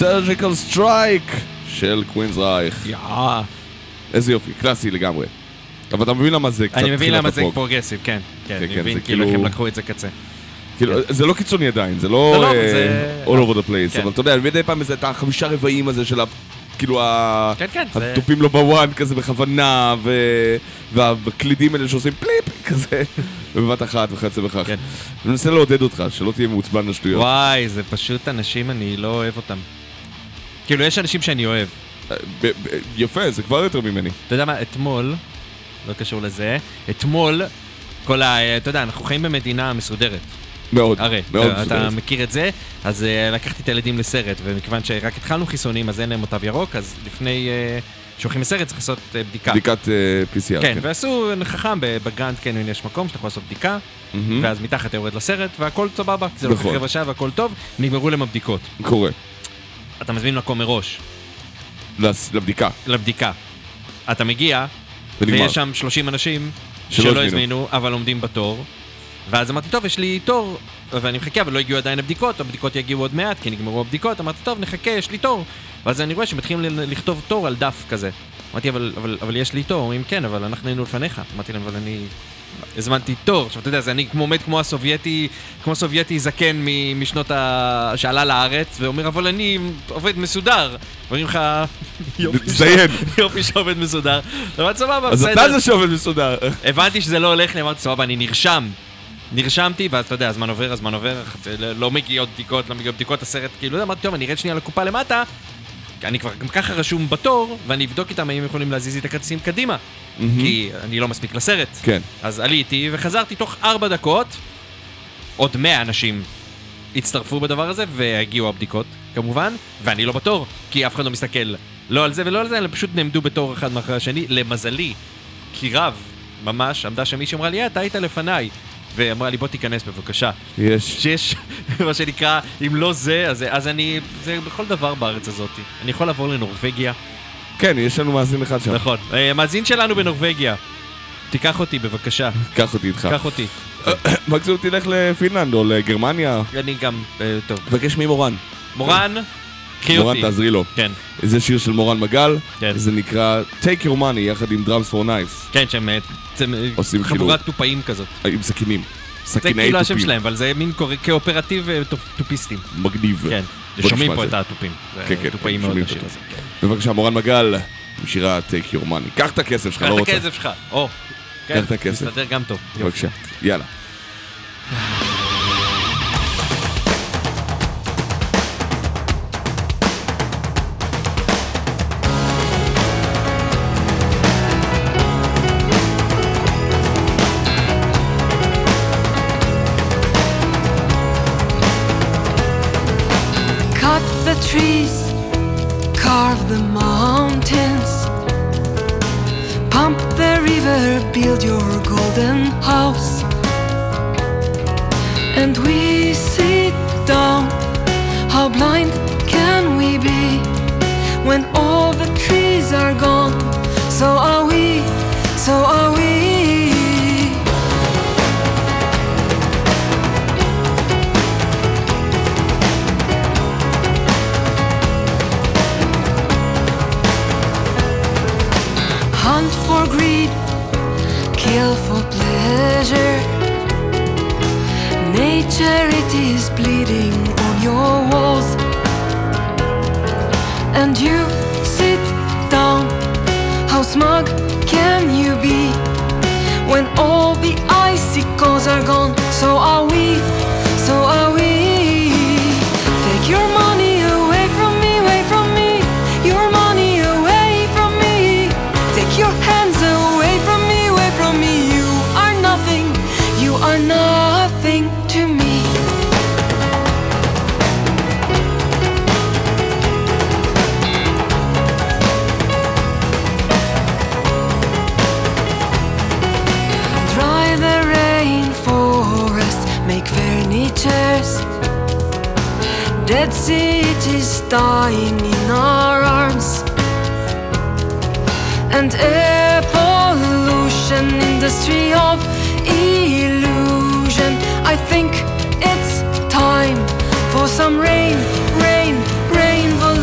Surgical Strike של קווינס רייך. יאה. איזה יופי, קלאסי לגמרי. אבל אתה מבין למה זה קצת... אני מבין למה זה הפרוג. פרוגרסיב, כן. כן, כן, אני כן, מבין זה כאילו איך כאילו- הם לקחו את זה קצה. כאילו, זה לא קיצוני עדיין, זה לא, לא לא, אה, זה- all over the place, כן. אבל אתה יודע, מדי פעם זה את החמישה רבעים הזה של ה... כאילו ה... כן, כן, זה- התופים לו בוואן כזה בכוונה, ו- והקלידים האלה שעושים פליפ כזה, בבת אחת וכיוצא בכך. כן. אני מנסה לעודד אותך, שלא תהיה מעוצבן לשטויות. וואי, זה פשוט אנשים, אני לא אוהב אותם. כאילו, יש אנשים שאני אוהב. ב- ב- יפה, זה כבר יותר ממני. אתה יודע מה, אתמול, לא קשור לזה, אתמול, כל ה... אתה יודע, אנחנו חיים במדינה מסודרת. מאוד, הרי, מאוד אתה מסודרת. מכיר את זה, אז uh, לקחתי את הילדים לסרט, ומכיוון שרק התחלנו חיסונים, אז אין להם תו ירוק, אז לפני uh, שהולכים לסרט צריך לעשות uh, בדיקה. בדיקת אה, פי סי אר, כן, ועשו חכם, בגרנד קניון יש מקום שאתה יכול לעשות בדיקה, מהמם. ואז מתחת אתה יורד לסרט, והכל סבבה, כי זה לוקח נכון. רבע שעה והכל טוב, נגמרו להם הבדיקות. קורה. אתה מזמין מקום מראש, לס- לבדיקה. לבדיקה. אתה מגיע, ונגמר. ויש שם שלושים אנשים שלא שלא הזמינו. הזמינו, אבל עומדים בתור. ואז אמרתי, טוב, יש לי תור, ואני מחכה, אבל לא הגיעו עדיין הבדיקות, הבדיקות יגיעו עוד מעט, כי נגמרו הבדיקות. אמרתי, טוב, נחכה, יש לי תור. ואז אני רואה שמתחילים ל- לכתוב תור על דף כזה. אמרתי, אבל, אבל, אבל יש לי תור. אומרים, כן, אבל אנחנו היינו לפניך. אמרתי להם, אבל אני הזמנתי תור. עכשיו, אתה יודע, זה אני כמו עומד כמו הסובייטי, כמו סובייטי זקן מ- משנות ה... שעלה לארץ, ואומר, אבל אני עובד מסודר. אומרים לך, יופי תציין. יופי שעובד מסודר. אמרתי, סבבה, אז בסדר. אתה זה שעובד מסודר. הבנתי שזה לא הולך לי, אמרתי, סבבה, אני נרשם. נרשמתי, ואז אתה יודע, הזמן עובר, הזמן עובר, לא מגיעות בדיקות, לא מגיעות בדיקות, הסרט, כאילו, אמרתי, טוב, אני ארד שנייה לקופה למטה, אני כבר גם ככה רשום בתור, ואני אבדוק איתם האם יכולים להזיז לי את הכרטיסים קדימה, כי אני לא מספיק לסרט. כן. אז עליתי וחזרתי תוך ארבע דקות, עוד מאה אנשים הצטרפו בדבר הזה, והגיעו הבדיקות, כמובן, ואני לא בתור, כי אף אחד לא מסתכל לא על זה ולא על זה, אלא פשוט נעמדו בתור אחד מאחורי השני, למזלי, כי רב, ממש, עמדה שם מישהו אמרה לי, אתה היית לפניי, ואמרה לי, בוא תיכנס בבקשה. יש. שיש, מה שנקרא, אם לא זה, אז, אז אני, זה בכל דבר בארץ הזאת. אני יכול לעבור לנורווגיה. כן, יש לנו מאזין אחד שם. נכון. אה, מאזין שלנו בנורווגיה. תיקח אותי, בבקשה. קח אותי איתך. קח אותי. מקסימום תלך לפינלנד או לגרמניה. אני גם, אה, טוב. תבקש ממורן. מורן, קחי מורן, אותי. תעזרי לו. כן, זה שיר של מורן מגל. כן. זה נקרא Take Your Money יחד עם Drums for Nice. כן, שהם אה, הם, אה, עושים כאילו- חבורת טופאים כזאת. עם סכינים. זה סכיני כאילו השם תופים. שלהם, אבל זה מין קור- כאופרטיב אה, טופ- טופיסטים. מגניב. כן, בוא שומעים נשמע פה זה. את הטופים. זה כן, כן, טופאים כן, מאוד שומעים השיר פה. הזה. כן. בבקשה, מורן מגל, עם שירה Take Your Money. קח את הכסף שלך, קח לא את רוצה. הכסף שלך. או, כן, קח את הכסף. מסתדר גם טוב. יופי. בבקשה, יאללה. Cut the trees, carve the mountains, pump the river, build your golden house. And we sit down, how blind can we be when all the trees are gone? So are we, so are we. Hunt for greed, kill for pleasure. Nature, it is bleeding on your walls. And you sit down, how smug can you be when all the icicles are gone? So are we, so are we. Take your money away from me, away from me. Your money away from me. Take your hands away from me, away from me. You are nothing, you are nothing to me. Dry the rainforest, make furnitures. Dead cities dying in our arms. And air pollution, industry of illusion. I think it's time for some rain, rain, rain,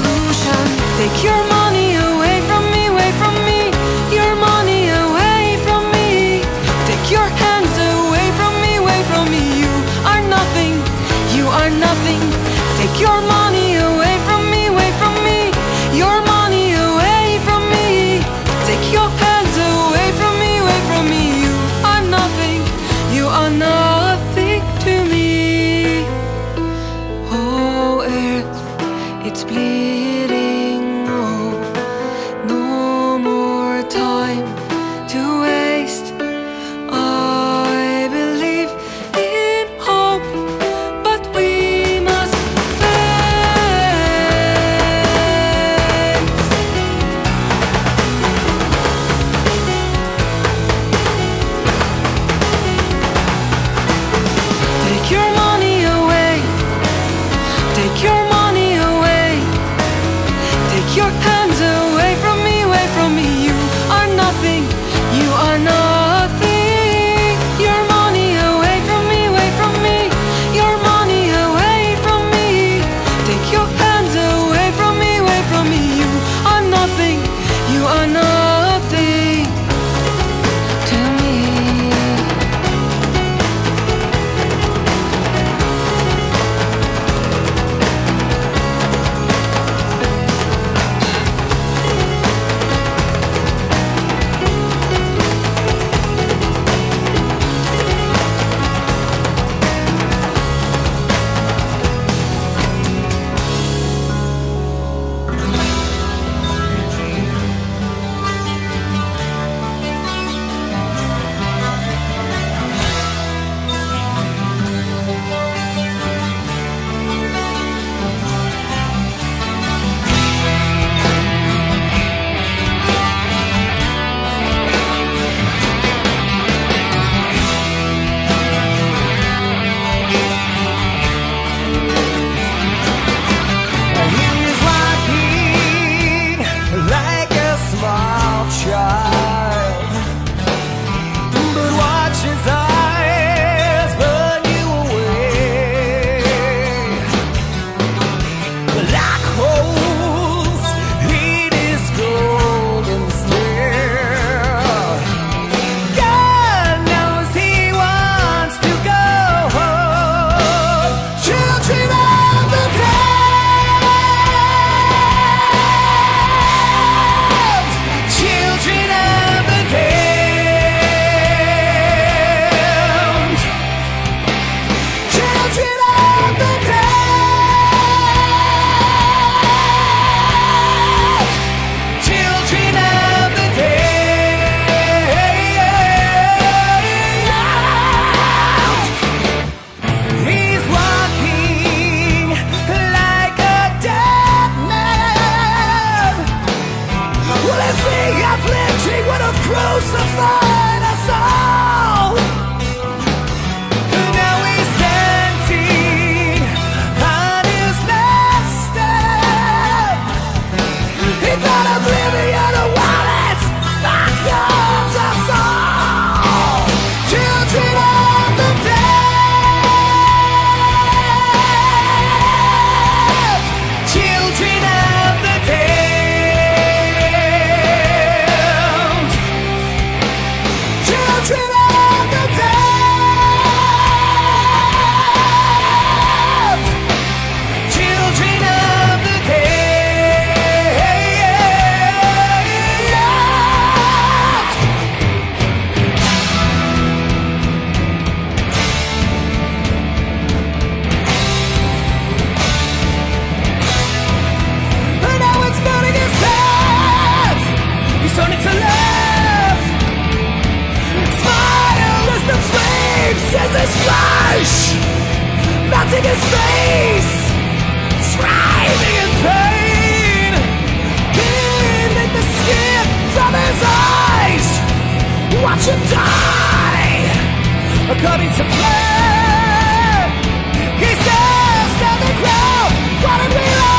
melting his face, striving in pain, peeling the skin from his eyes. Watch him die, according to plan. He's there, standing ground, what did we learn?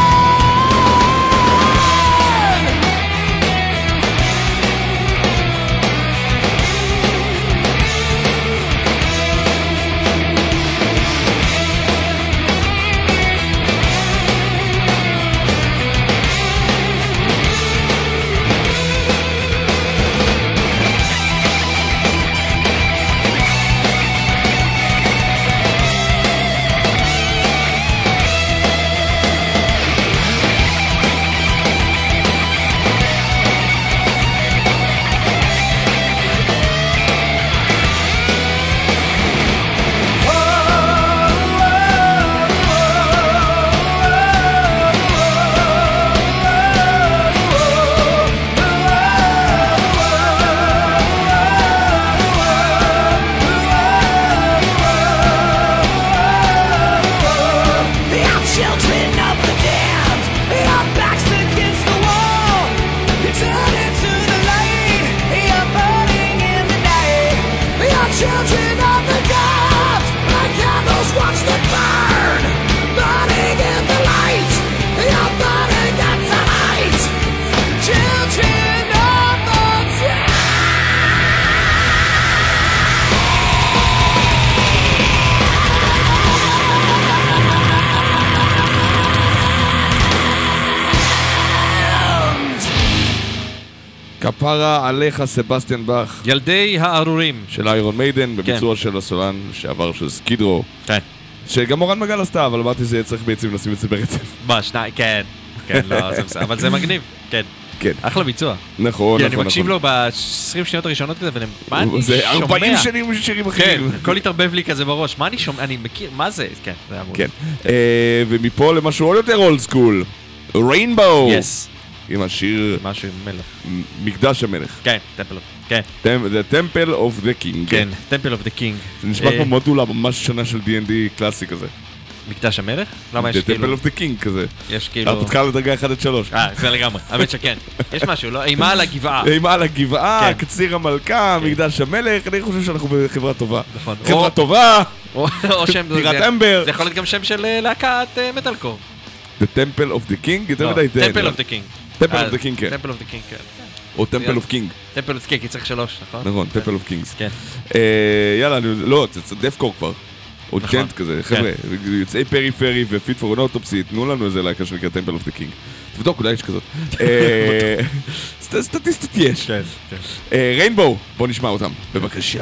Children of the dark, like candles watch them burn, burning in the light, you're burning at tonight. Children of the dark. כפרה עליך סבסטיאן באך ילדי הארורים. של איירון מיידן, בביצוע של הסולן שעבר של סקידרו. כן. שגם אורן מגל עשתה, אבל אמרתי זה צריך בעצם לשים את זה ברצף. מה, שניים, כן. כן, לא, זה בסדר. אבל זה מגניב, כן. כן. אחלה ביצוע. נכון, נכון, כי אני מקשיב לו ב-עשרים שניות הראשונות כזה, ומה אני שומע? זה ארבעים שנים שירים כן, אחרים. הכל התערבב לי כזה בראש. מה אני שומע? אני מכיר, מה זה? כן, זה היה מול. כן. ומפה למשהו עוד יותר אולד סקול. ריינבו. יס. עם השיר משהו עם מלך. מקדש המלך. כן, טמפל אוף. כן. The Temple of the King. כן, טמפל אוף דה קינג. זה נשמע כמו מודולה ממש שונה של די אנד די קלאסי כזה. מקדש המלך? למה יש The כאילו... Temple of the King כזה. יש כאילו... הרפתקה לדרגה אחת עד שלוש. אה, זה לגמרי. האמת שכן. יש משהו, לא? אימה על הגבעה. אימה על הגבעה, כן. קציר המלכה, מקדש המלך, אני חושב שאנחנו בחברה טובה. נכון. חברה או- טובה, או או שם... טירת זה- אמבר. זה יכול להיות גם שם של אה, להקת אה, מטאלקור. The Temple of the King, יותר מדי תן. טמפל אוף דה קינג. Temple of the King, כן. טמפל אוף דה קינג, כן. או Temple of King. טמפל אוף דה קינג, כי צריך שלוש, נכון? נכון, Temple of Kings. כן. אה, יאללה, אני- לא, זה דפקור כבר. או נכון. ג'נט כזה, חבר'ה, יוצאי פרי פרי ופיט פור אוטופסי, תנו לנו איזה להקה שנקרא Temple of the King. תבדוק, אולי יש כזאת. אה, סט- סטטיסטית יש. כן, כן. ריינבו, בוא נשמע אותם, בבקשה.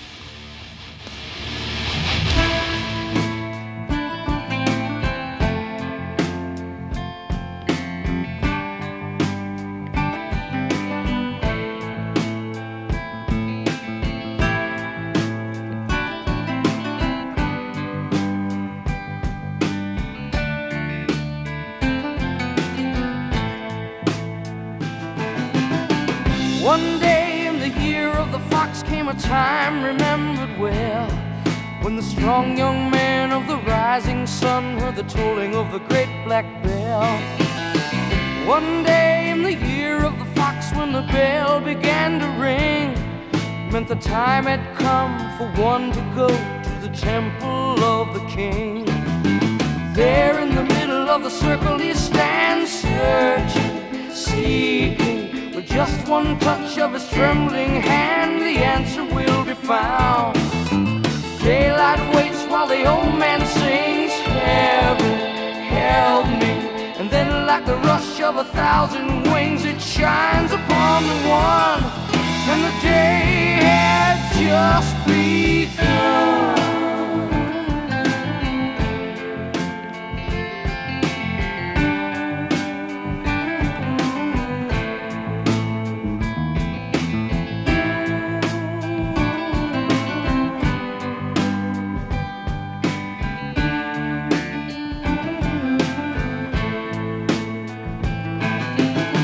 One day in the year of the fox came a time remembered well, when the strong young man of the rising sun heard the tolling of the great black bell. One day in the year of the fox, when the bell began to ring, meant the time had come for one to go to the temple of the king. There in the middle of the circle he stands, searching, seeking. With just one touch of his trembling hand, the answer will be found. Daylight waits while the old man sings, heaven, help me. And then like the rush of a thousand wings, it shines upon the one. And the day had just begun.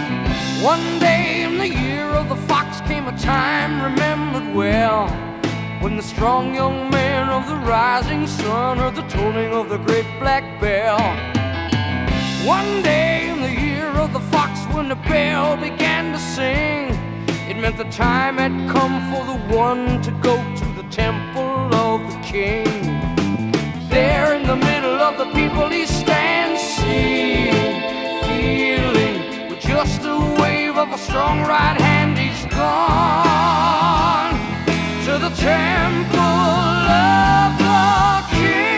One day in the year of the fox came a time remembered well, when the strong young man of the rising sun heard the tolling of the great black bell. One day in the year of the fox, when the bell began to sing, it meant the time had come for the one to go to the temple of the king. There in the middle of the people he stands, seeing, feeling, with just a wave of a strong right hand he's gone to the temple of the king.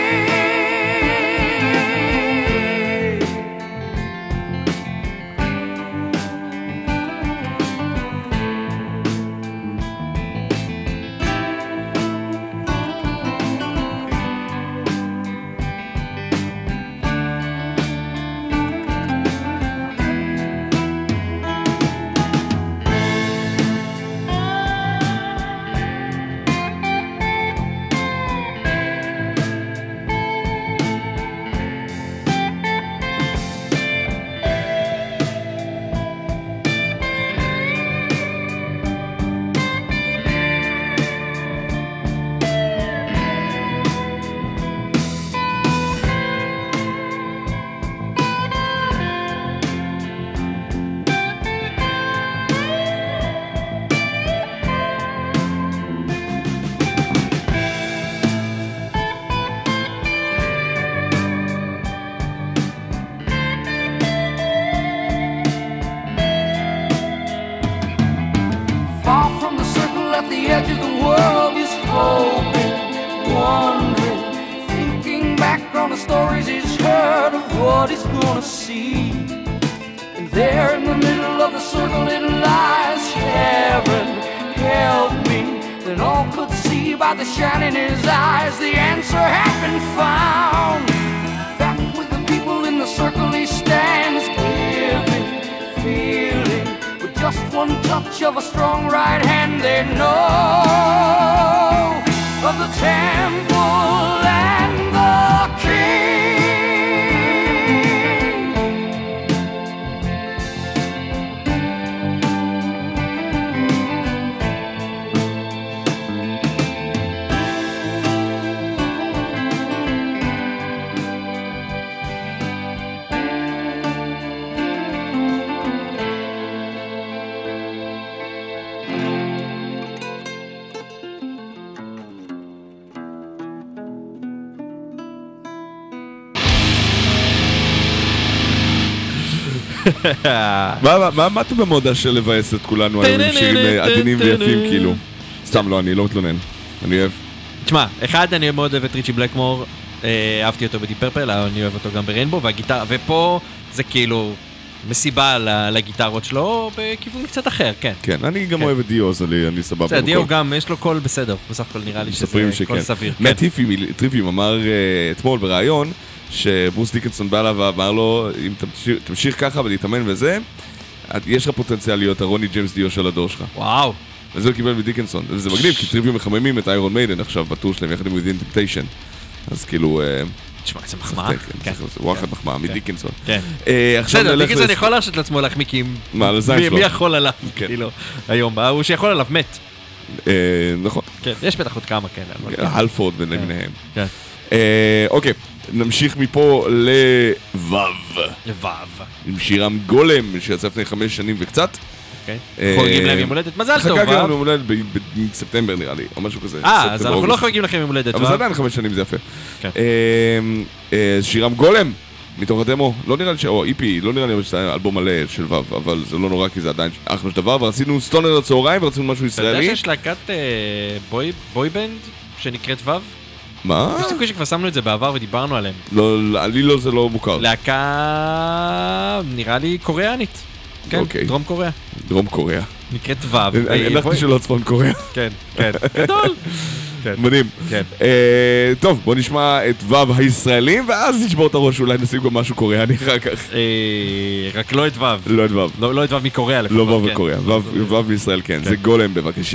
Of a strong right hand, they know of the temple and the king. מה אתה במודה של לבאס את כולנו היום עם שירים עדינים ויפים כאילו? סתם לא, אני לא מתלונן, אני אוהב. תשמע, אחד אני מאוד אוהב את ריצ'י בלקמור, אהבתי אותו בדיפ פרפל, אני אוהב אותו גם בריינבו, והגיטרה, ופה זה כאילו מסיבה לגיטרות שלו בכיוון קצת אחר, כן. כן, אני גם אוהב את דיו, אז אני סבבה. זה, דיו גם, יש לו קול בסדר, בסך הכל נראה לי שזה קול סביר. מאט טריפים אמר אתמול ברעיון, שברוס דיקנסון בא לה ואמר לו, אם תמשיך ככה ולהתאמן וזה, יש לך פוטנציאל להיות הרוני ג'יימס דיו של הדור שלך. וואו. וזה הוא קיבל מדיקנסון. וזה מגניב, כי טריוויום מחממים את איירון מיידן עכשיו בטור שלהם, יחד עם Within Temptation. אז כאילו... תשמע, זה מחמאה. זה וואחד מחמאה, מדיקנסון. כן. בסדר, דיקנסון יכול להרשות לעצמו להחמיא כי... מה, על הזין שלו? מי יכול עליו, כאילו, היום, הוא שיכול עליו מת. נכון. כן, יש בטח עוד כמה כאלה. הלפורד ולמיניהם. כן. אוקיי, נמשיך מפה לוו. וו. עם שירם גולם, שיצא לפני חמש שנים וקצת. חוגגים להם יום הולדת, מזל טוב. חגגנו להם יום הולדת בספטמבר נראה לי, או משהו כזה. אה, אז אנחנו לא חוגגים לכם יום הולדת. אבל זה עדיין חמש שנים, זה יפה. שירם גולם, מתוך הדמו, לא נראה לי ש... או איפי, לא נראה לי שזה אלבום מלא של וו, אבל זה לא נורא כי זה עדיין אחלה של דבר, ורצינו סטונר לצהריים ורצינו משהו ישראלי. אתה יודע שיש להקת בוי-בנד שנקראת וו? מה? יש סיכוי שכבר שמנו את זה בעבר ודיברנו עליהם. לא, לי לא, זה לא מוכר. להקה, נראה לי קוריאנית. כן, דרום קוריאה. דרום קוריאה. נקראת וו. הלכתי שלא צפון קוריאה. כן, כן. גדול. מדהים. טוב, בוא נשמע את וו הישראלים, ואז נשבור את הראש, אולי נשים גם משהו קוריאני אחר כך. רק לא את וו. לא את וו. לא את וו מקוריאה לפחות. לא וו וקוריאה. וו בישראל, כן. זה גולם, בבקשה.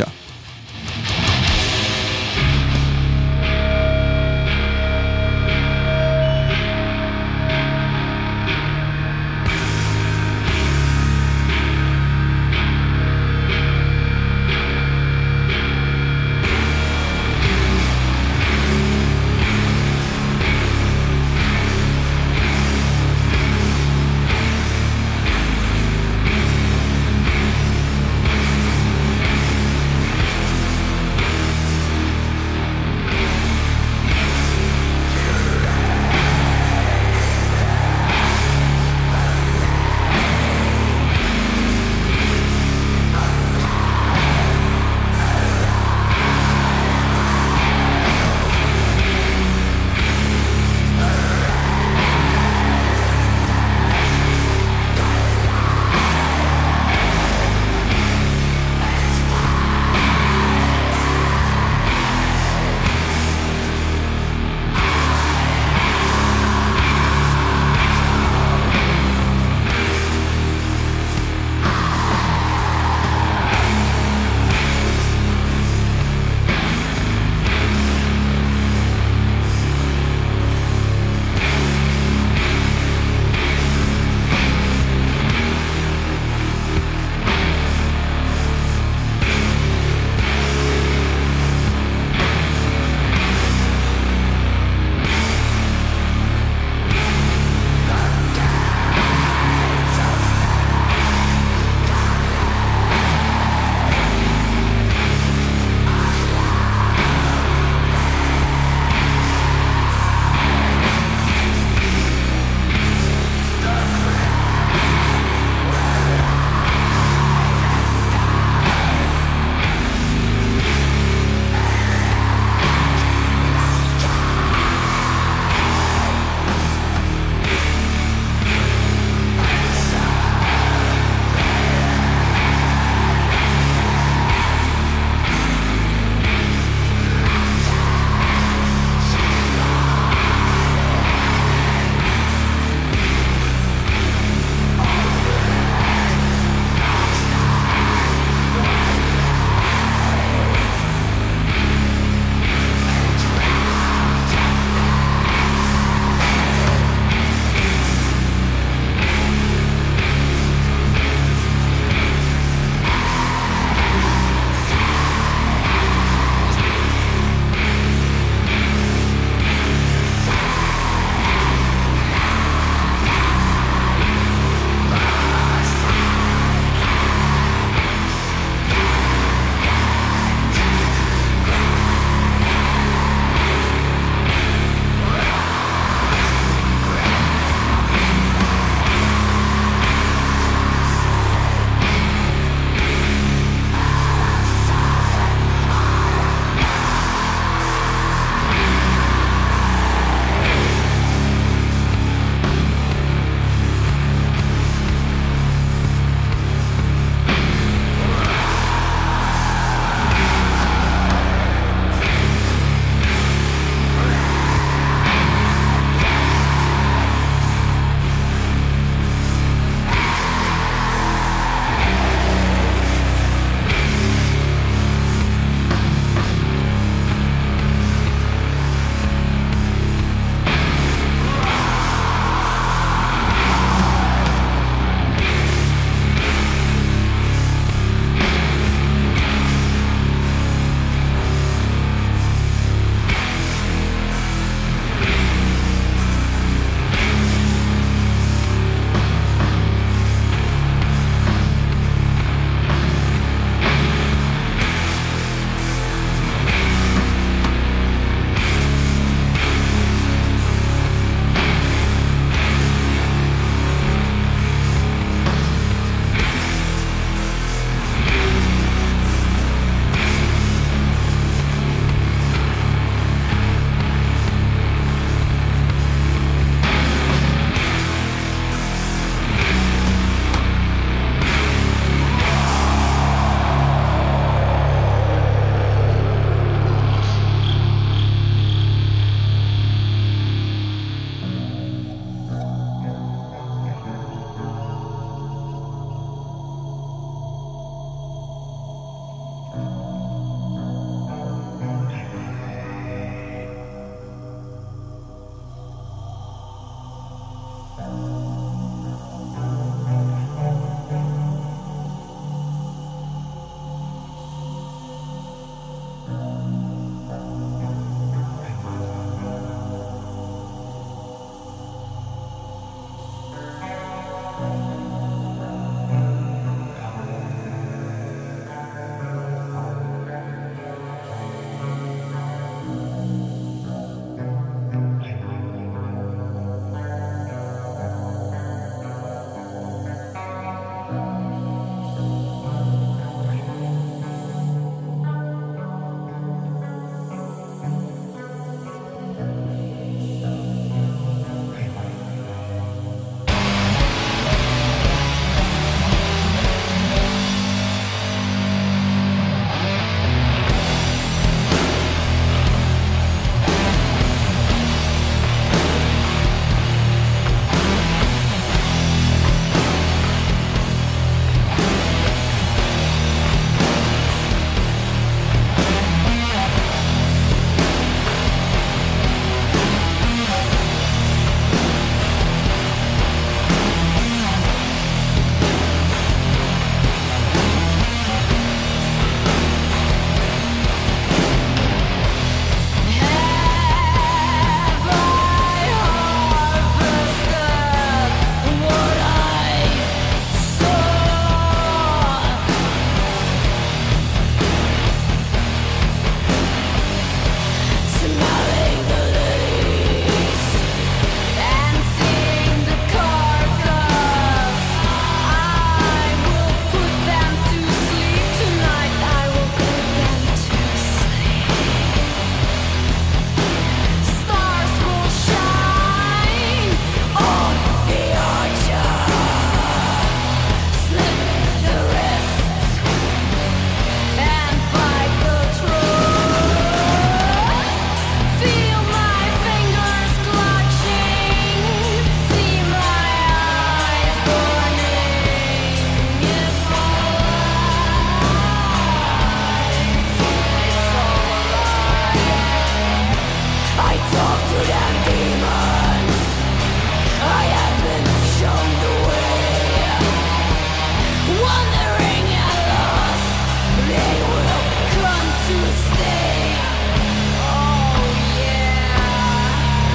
and demons. I have been shown the way, wandering at lost, they will come to stay. Oh yeah.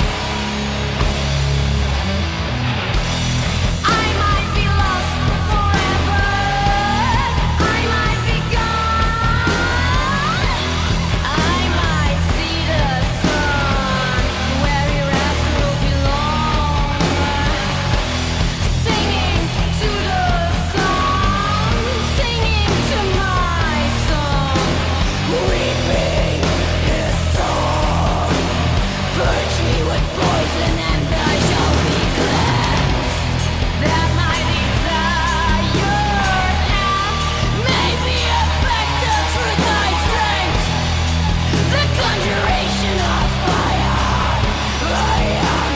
I might be lost forever, I might be gone, I might see the sun where hereafter will belong, singing to the song, singing to my song, weeping his song. Purge me with poison and I shall be cleansed, that my desire may be affected through thy strength. The conjuration of fire, I am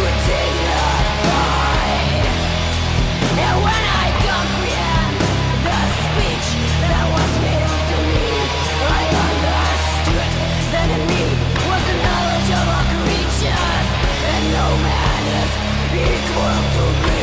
dignified. And when I comprehend the speech that was made unto me, I understood that in me was the knowledge of all creatures, and no man is equal to me.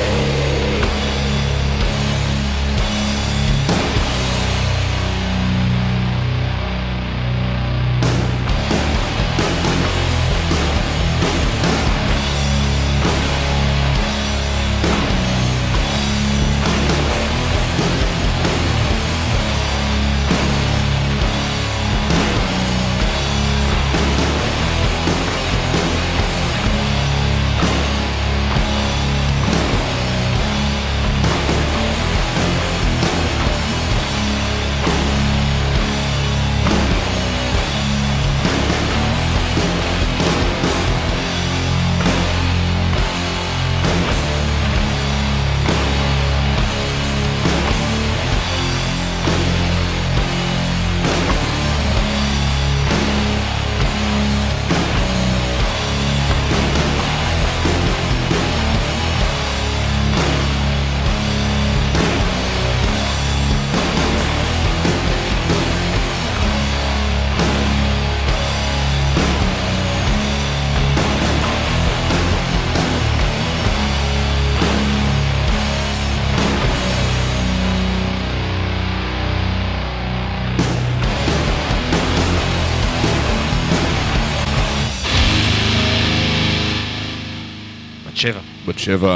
בת שבע. בת שבע,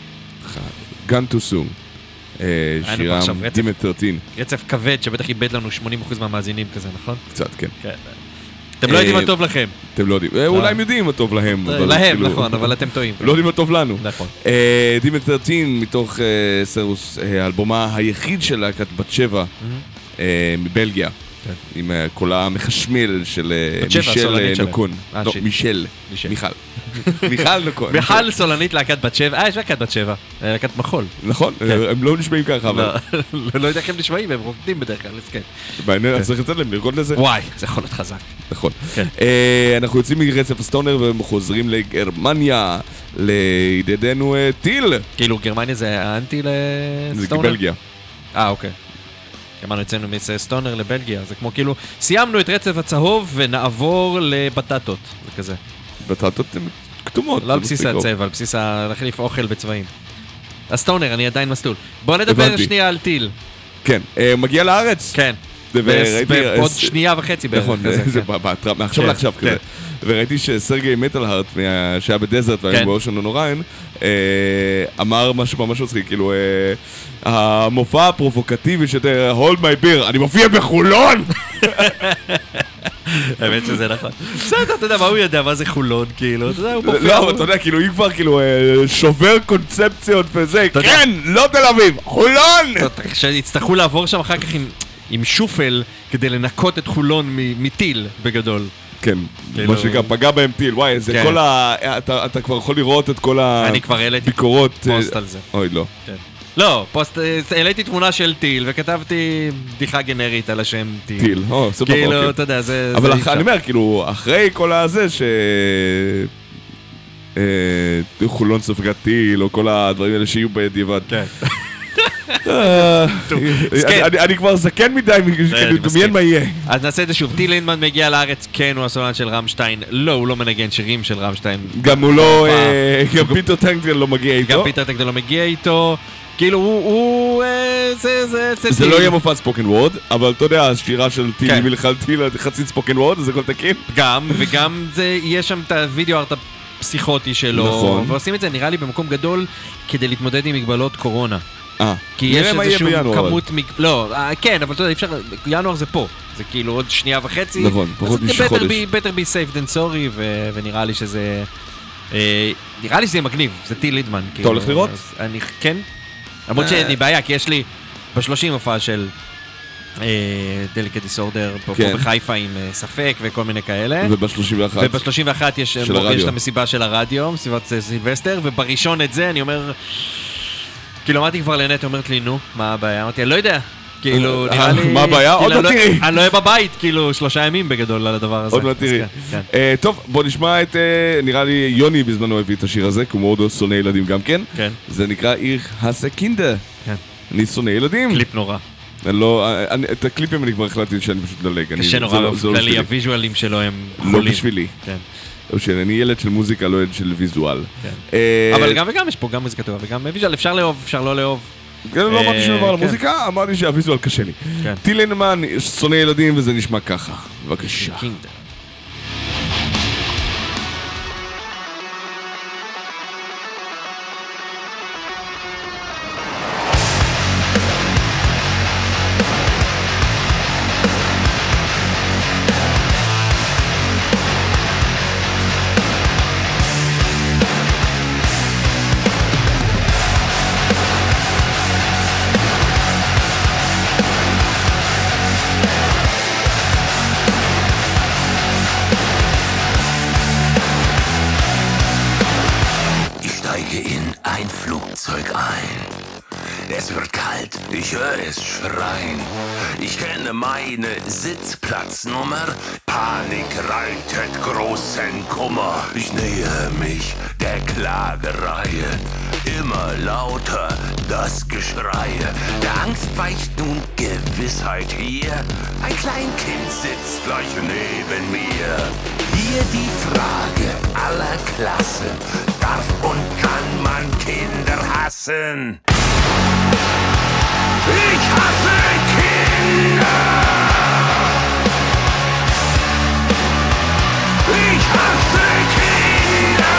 Gone Too Soon, אה, היה לנו פה שירם עכשיו רצף. דימט שלוש עשרה, רצף כבד שבטח איבד לנו שמונים אחוז מהמאזינים כזה, נכון? קצת, כן. כן. אתם לא יודעים מה טוב לכם. אתם לא יודעים, אה, אולי הם יודעים מה טוב להם. אבל להם, כאילו- נכון, אבל אתם טועים. לא יודעים מה טוב לנו. נכון. אה, דימט שלוש עשרה מתוך אה, סרוס, אה, האלבומה היחיד של להקת בת שבע, אה, מבלגיה. כן. עם אה, קולה המחשמל של אה, בת שבע, מישל הסולנית אה, שלהם. נוקון. אה, לא, שיט. מישל. מישל. מיכל. מיכל נוקון. מיכל סולנית להקת בת שבע. אה, יש להקת בת שבע. אה, להקת מחול. נכון, כן. הם לא נשמעים ככה, אבל לא לא יודע איך הם נשמעים, הם רוקדים בדרך כלל, אז כן. בעניין, אז צריך לצאת להם לרקוד לזה. וואי, זה יכול להיות חזק. נכון. כן. אה, אנחנו יוצאים מרצף הסטונר וחוזרים לגרמניה, לידידנו אה, טיל. כאילו גרמניה זה האנטי זה לסטונר? בלגיה. אה, אוקיי. אמרנו אצלנו מסטונר לבלגיה, זה כמו כאילו, סיימנו את רצף הצהוב ונעבור לבטטות, זה כזה. בטטות הן כתומות. לא על זה בסיס מספיק הצבע, על בסיס ה- להחליף אוכל בצבעים. הסטונר, אני עדיין מסלול. בוא נדבר הבנתי. שנייה על טיל. כן, אה, מגיע לארץ. כן. וראיתי... בעוד אה, שנייה וחצי בערך. נכון, כזה, זה כן. בהתראה, מעכשיו כן, לעכשיו כן. כזה. וראיתי שסרגי מטלהארט, מה- שהיה בדזרט כן. והיום באושן און אוריין, אה, אמר משהו ממש מצחיק, כאילו, אה, המופע הפרובוקטיבי של hold my beer, אני מופיע בחולון! האמת שזה נכון. בסדר, אתה יודע מה הוא יודע, מה זה חולון, כאילו, אתה יודע, הוא מופיע. לא, אבל אתה יודע, כאילו, אם כבר כאילו אה, שובר קונספציות וזה, יודע. כן, לא תל אביב, חולון! שיצטרכו לעבור שם אחר כך עם- עם שופל כדי לנקות את חולון מ- מטיל, בגדול. כן, כאילו- מה שנקרא, פגע בהם טיל, וואי, זה כן. כל ה... אתה אתה כבר יכול לראות את כל אני כבר העליתי הביקורות. פוסט על זה. אוי, לא. כן. לא, פוסט, אה, העליתי תמונה של טיל וכתבתי בדיחה גנרית על השם טיל. טיל, או, סופר כאילו, אוקיי. אתה יודע, זה... אבל זה אח- אי אפשר. אני אומר, כאילו, אחרי כל הזה ש... אה, חולון ספגת טיל, או כל הדברים האלה שיהיו בדיעבד. כן. אני אני כבר זקן מדי, אני מדמיין מה יהיה. אז נעשה את זה שוב, טיל לינדמן מגיע לארץ, כן, הוא הסולן של רמשטיין, לא, הוא לא מנגן שירים של רמשטיין. גם הוא לא, גם פיטר טנגדל לא מגיע איתו. גם פיטר טנגדל לא מגיע איתו. כאילו הוא, זה, זה, זה... זה לא יהיה מופע ספוקן וורד, אבל אתה יודע, השירה של טילי מלכתחילה חצי ספוקן וורד, זה כל תקין. גם, וגם זה, יש שם את הוידאו ארט הפסיכוטי שלו. נכון. ועושים את זה, נראה לי, במקום גדול, כדי להתמודד עם מגבלות קורונה. אה, כי יש איזשהו כמות... לא, כן, אבל אתה יודע, אפשר... ינואר זה פה. זה כאילו עוד שנייה וחצי. נכון, פחות משחודש. better be safe than sorry, ונראה לי שזה... נראה לי שזה מגניב, זה טיל לידמן. אתה הולך לראות? אני, כן. למרות שאין לי בעיה, כי יש לי בשלושים הופעה של דליקט דיסורדר, פה בחיפה עם ספק וכל מיני כאלה. וב-שלושים ואחת? וב-שלושים ואחת יש את המסיבה של הרדיו, מסיבת סילבסטר, ובראשון את זה אני אומר... כאילו אמרתי כבר לנט, אומרת לי, נו, מה הבעיה? אמרתי, אני לא יודע. כאילו, נראה לי... מה הבעיה? עוד לא תראי. אני לא אהיה בבית, כאילו, שלושה ימים בגדול על הדבר הזה. עוד לא תראי. טוב, בוא נשמע את... נראה לי יוני בזמנו הביא את השיר הזה, כמו עוד שונא ילדים גם כן. כן. זה נקרא עיר הסקינדה. כן. אני שונא ילדים. קליפ נורא. את הקליפים אני כבר החלטתי שאני פשוט דלג. קשה נורא, בכללי, הוויז'ואלים שלו הם חולים. לא בשבילי. כן. אני ילד של מוזיקה, לא ילד של ויזואל. אבל גם וגם יש פה גם מוזיקה טובה וגם ויזואל, אפשר לאהוב, אפשר לא לאהוב. לא אמרתי שום דבר על המוזיקה, אמרתי שהוויזואל קשה לי. טיל לינדמן, שונא ילדים, וזה נשמע ככה. בבקשה. Ich höre es schreien. Ich kenne meine Sitzplatznummer. Panik reitet großen Kummer. Ich nähe mich der Klagereihe. Immer lauter das Geschreie. Der Angst weicht nun Gewissheit hier. Ein Kleinkind sitzt gleich neben mir. Hier die Frage aller Klassen. Darf und kann man Kinder hassen? Ich hasse Kinder! Ich hasse Kinder!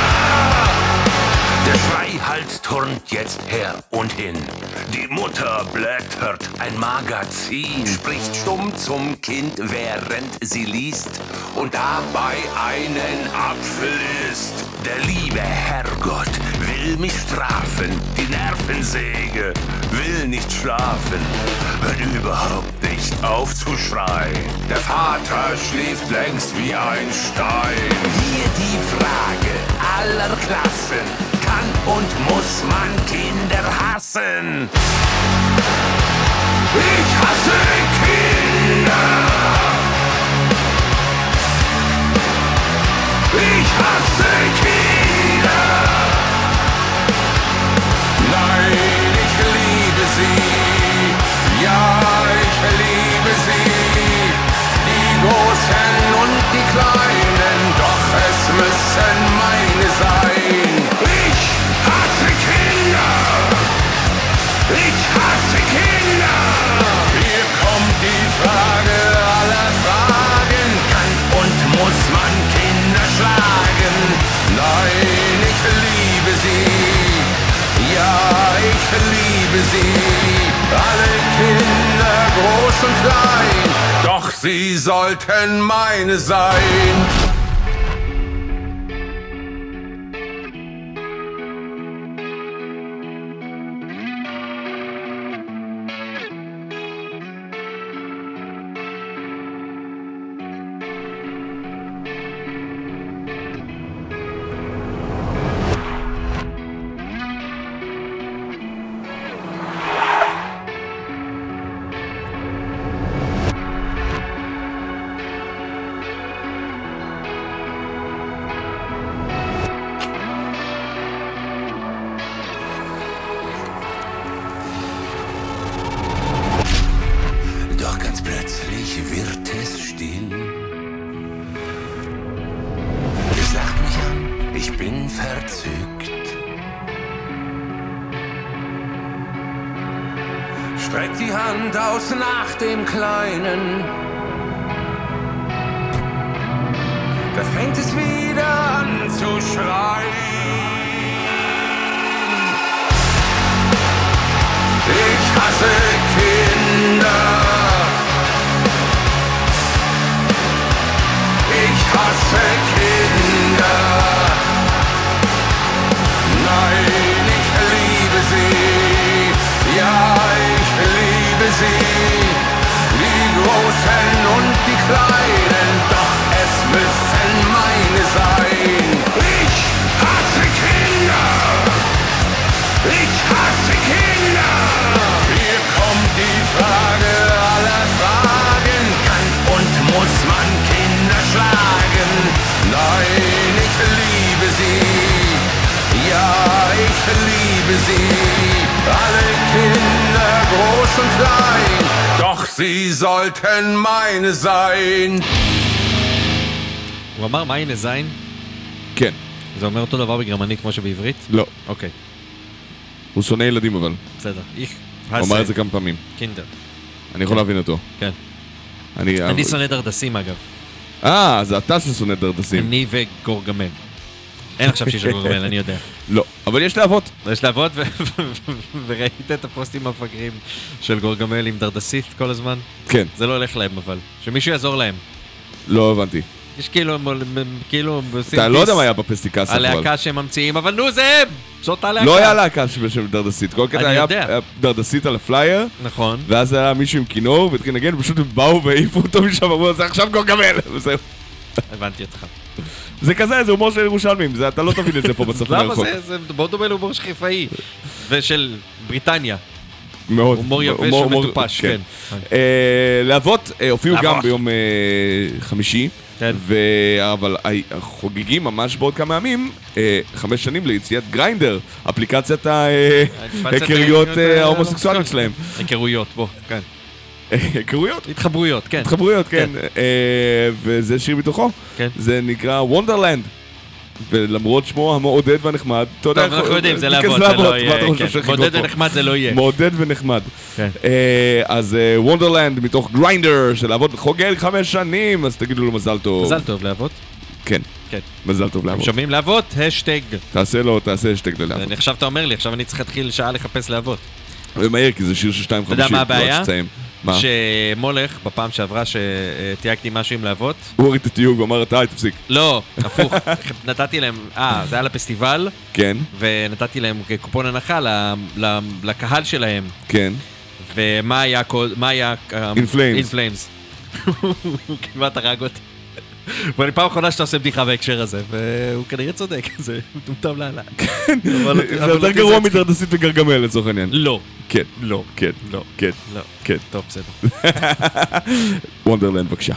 Der Schreihals turnt jetzt her und hin. Die Mutter blättert ein Magazin, spricht stumm zum Kind, während sie liest und dabei einen Apfel isst. Der liebe Herrgott will mich strafen, die Nervensäge will nicht schlafen, hört überhaupt nicht auf zu schreien. Der Vater schläft längst wie ein Stein. Hier die Frage aller Klassen, kann und muss man Kinder hassen? Ich hasse Kinder! Ich hasse Kinder! Nein, ich liebe sie, ja, ich liebe sie, die Großen und die Kleinen, doch es müssen meine sein. Ich hasse Kinder! Ich hasse Kinder! Hier kommt die Frage aller Fragen, kann und muss man Kinder schlagen? Nein, ich liebe sie. Ja, ich liebe sie, alle Kinder, groß und klein, doch sie sollten meine sein. ich bin verzückt. Streck die Hand aus nach dem Kleinen. Da fängt es wieder an zu schreien. Ich hasse Kinder. Ich hasse Kinder. Nein, ich liebe sie. Ja, ich liebe sie. Die Großen und die Kleinen. Doch es müssen meine sein. Ich hasse Kinder. Ich hasse Kinder. Hier kommt die Frage aller Fragen. Kann und muss man Kinder schlagen? Nein, ich liebe sie. Ja, ich liebe sie. Alle Kinder, groß und klein. Doch sie sollten meine sein. הוא אמר מיינה זין? כן. זה אומר אותו דבר בגרמנית כמו שבעברית? לא. אוקיי, הוא שונא ילדים אבל. בסדר. איך הוא אמר את זה כמה פעמים. קינדר. אני יכול להבין אותו. כן. אני... אני שונא דרדסים אגב. אה, זה אתה ששונא דרדסים. אני וגורגמל. אין עכשיו שיש גורגמל, אני יודע. לא, אבל יש להבות. יש לעבוד, וראית את הפוסטים המפגרים של גורגמל עם דרדסית כל הזמן? כן. זה לא הולך להם אבל. שמישהו יעזור להם. לא הבנתי. יש כאילו, כאילו... אתה לא יודע מה היה בפסטיקס אבל. הלהקה שהם ממציאים, אבל נו זה הם! זאת הלהקה. לא היה להקה בשם דרדסית. כל קטע היה דרדסית על הפלייר. נכון. ואז היה מישהו עם כינור והתחיל לנגן, ופשוט הם באו והעיפו אותו משם, אמרו, זה עכשיו גורגמל. וזהו. הבנתי אותך. זה כזה, זה הומור של ירושלמים, אתה לא תבין את זה פה בצפון הרחוק. למה זה? זה מאוד דומה להומור של חיפאי. ושל בריטניה. מאוד. הומור יבש ומטופש, כן. להבות הופיעו גם ביום חמישי. אבל חוגגים ממש בעוד כמה ימים חמש שנים ליציאת גריינדר, אפליקציית ההיכרויות ההומוסקסואליות שלהם. היכרויות, בוא, כן. היכרויות? התחברויות, כן. התחברויות, כן. וזה שיר מתוכו. זה נקרא וונדרלנד. ולמרות שמו המעודד והנחמד, אתה יודע... טוב, אנחנו יודעים, זה לעבוד, זה לא יהיה. מעודד ונחמד זה לא יהיה. מעודד ונחמד. אז וונדרלנד מתוך גריינדר של לעבוד חוגג חמש שנים, אז תגידו לו מזל טוב. מזל טוב לעבוד. כן. כן. מזל טוב לעבוד. שומעים לעבוד? השטג. תעשה לו, תעשה השטג ללעבוד. עכשיו אתה אומר לי, עכשיו אני צריך להתחיל שעה לחפש לעבוד. ומהר, כי זה שיר של שתיים חמישים. אתה יודע מה הבעיה? שמולך, בפעם שעברה שתייגתי משהו עם להבות, הוא הוריד את התיוג ואמר, אתה, תפסיק. לא, הפוך. נתתי להם, אה, זה היה לפסטיבל. כן. ונתתי להם קופון הנחה לקהל שלהם. כן. ומה היה... מה היה... In Flames. In Flames. הוא כמעט הרג אותי. ואני פעם אחרונה שאתה עושה בדיחה בהקשר הזה, והוא כנראה צודק, זה מטומטם לעלה. כן, זה יותר גרוע מדרדסית וגרגמל לצורך העניין. לא. כן. לא. כן. לא. כן. לא. כן. טוב, בסדר. וונדרלנד, בבקשה.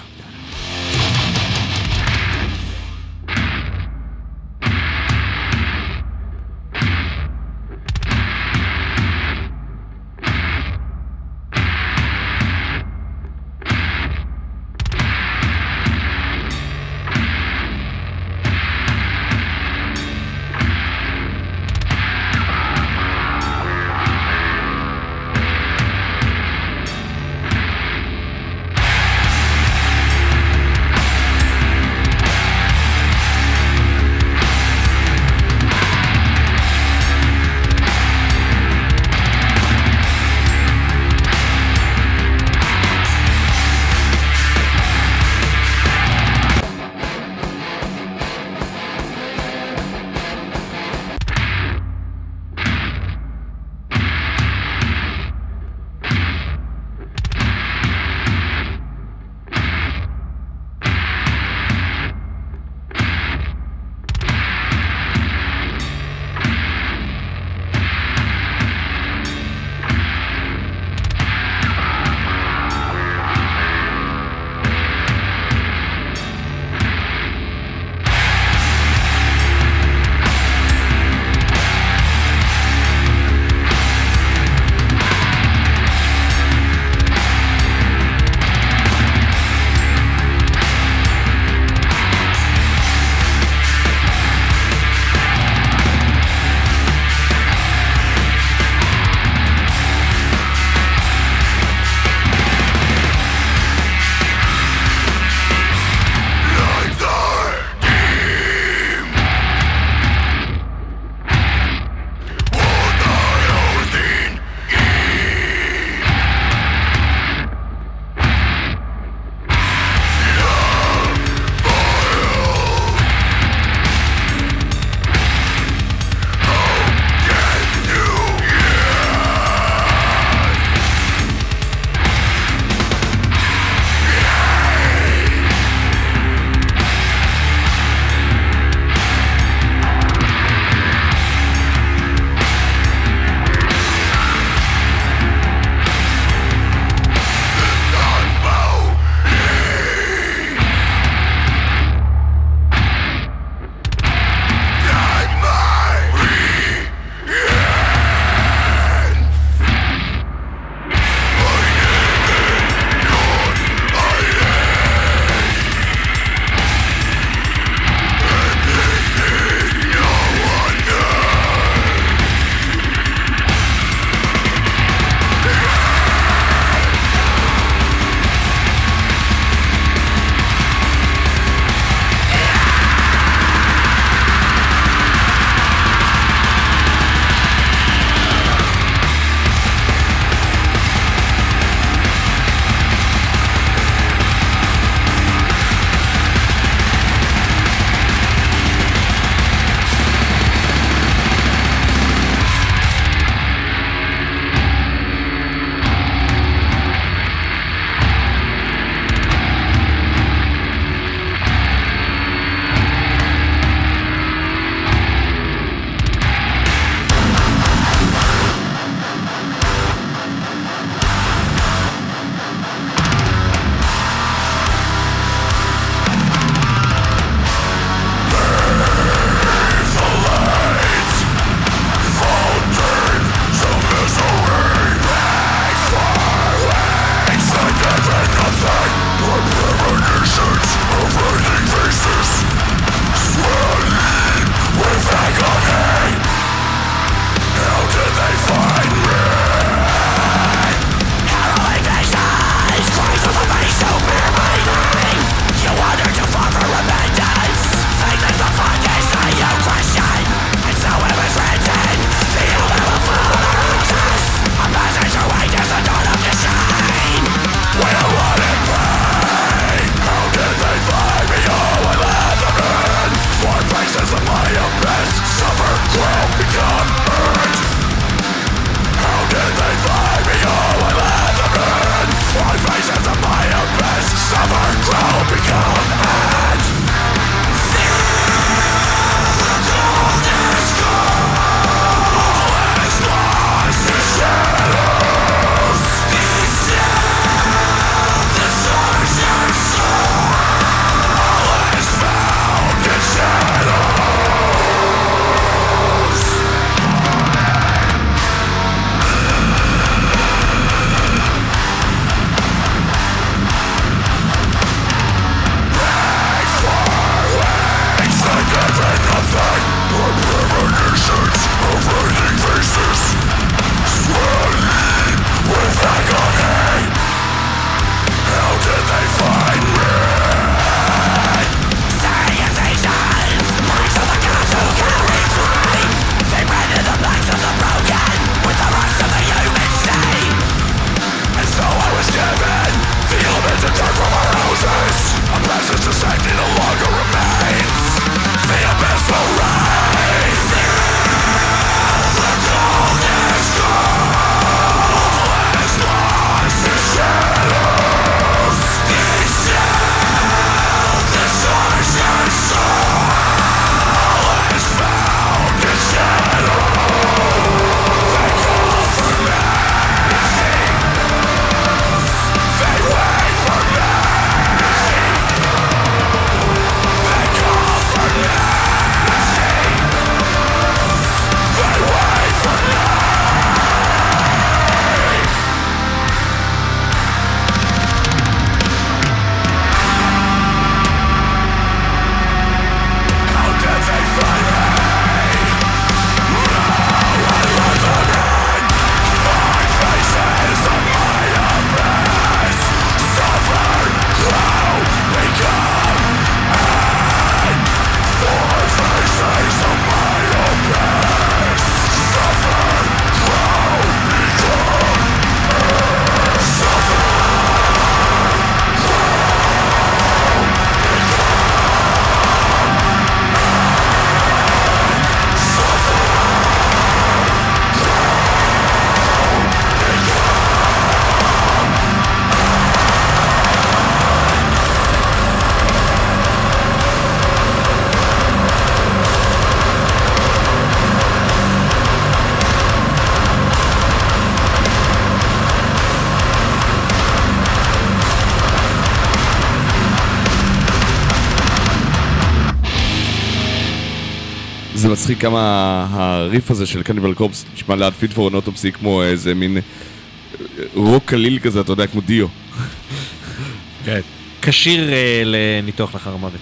זה מצחיק כמה הריף הזה של קניבל קורפס נשמע ליד פיט פור אוטופסי כמו איזה מין רוק קליל כזה, אתה יודע, כמו דיו. כן. קשיר לניתוח לאחר המוות.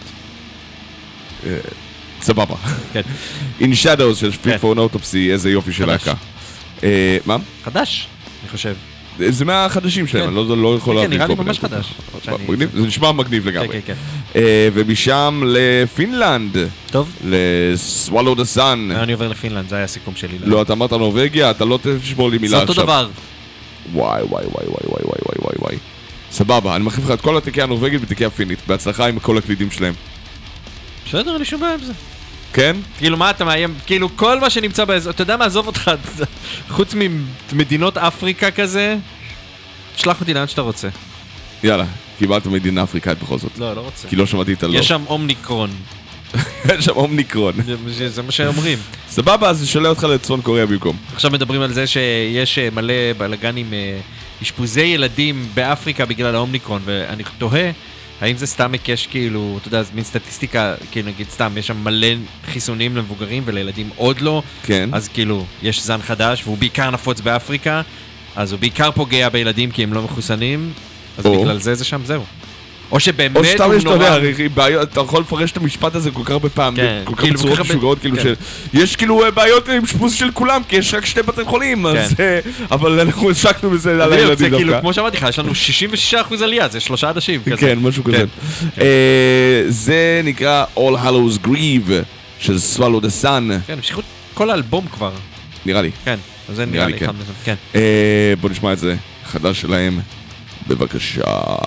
סבבה. כן. In Shadows של פיט פור אוטופסי, איזה יופי של להקה. מה? חדש, אני חושב. זה מהחדשים שלהם, אני לא יכול להבין. נראה לי ממש חדש. זה נשמע מגניב לגמרי. כן, כן. ומשם לפינלנד. טוב. ל-Swallow the Sun. אני עובר לפינלנד, זה היה הסיכום שלי. לא, אתה אמרת נורווגיה, אתה לא תשמור לי מילה עכשיו. זה אותו דבר. וואי, וואי, וואי, וואי, וואי, וואי, וואי, וואי. סבבה, אני מחליף לך את כל התיקי הנורווגית בתיקי הפינית. בהצלחה עם כל הקלידים שלהם. בסדר, אני שומע עם זה. כן? כאילו מה אתה מאיים, כאילו כל מה שנמצא באזור, אתה יודע מה, עזוב אותך, חוץ ממדינות אפריקה כזה, שלח אותי לאן שאתה רוצה. יאללה, קיבלת מדינה אפריקאית בכל זאת. לא, לא רוצה. כי לא שמעתי את הלא. יש שם אומניקרון. יש שם אומניקרון. זה מה שאומרים. סבבה, אז שולה אותך לצפון קוריאה במקום. עכשיו מדברים על זה שיש מלא בלגן עם אשפוזי ילדים באפריקה בגלל האומניקרון, ואני תוהה, האם זה סתם היקש כאילו, אתה יודע, מין סטטיסטיקה, כאילו נגיד סתם, יש שם מלא חיסונים למבוגרים ולילדים עוד לא, כן. אז כאילו, יש זן חדש, והוא בעיקר נפוץ באפריקה, אז הוא בעיקר פוגע בילדים כי הם לא מחוסנים, אז או. בגלל זה זה שם, זהו. או שבאמת או סתם הוא יש, נורא... אתה יודע, בעיות, אתה יכול לפרש את המשפט הזה כל כך הרבה פעמים, כן, כל כך כאילו, בצורות כל כך משוגעות, כאילו כן. של... יש כאילו בעיות עם שפוס של כולם, כי יש רק שתי בתי חולים, כן. אז... אבל אנחנו השקנו בזה על הילדים דווקא. זה כאילו, כמו שאמרתי לך, יש לנו שישים ושישה אחוז עלייה, זה שלושה אנשים כזה. כן, משהו כזה. כן. זה נקרא All Hallows Grieve, של Swallow the Sun. כן, המשיכו כל האלבום כבר. נראה לי. כן, אז זה נראה לי. כן. כן. בוא נשמע את זה, חדש שלהם, בבקשה.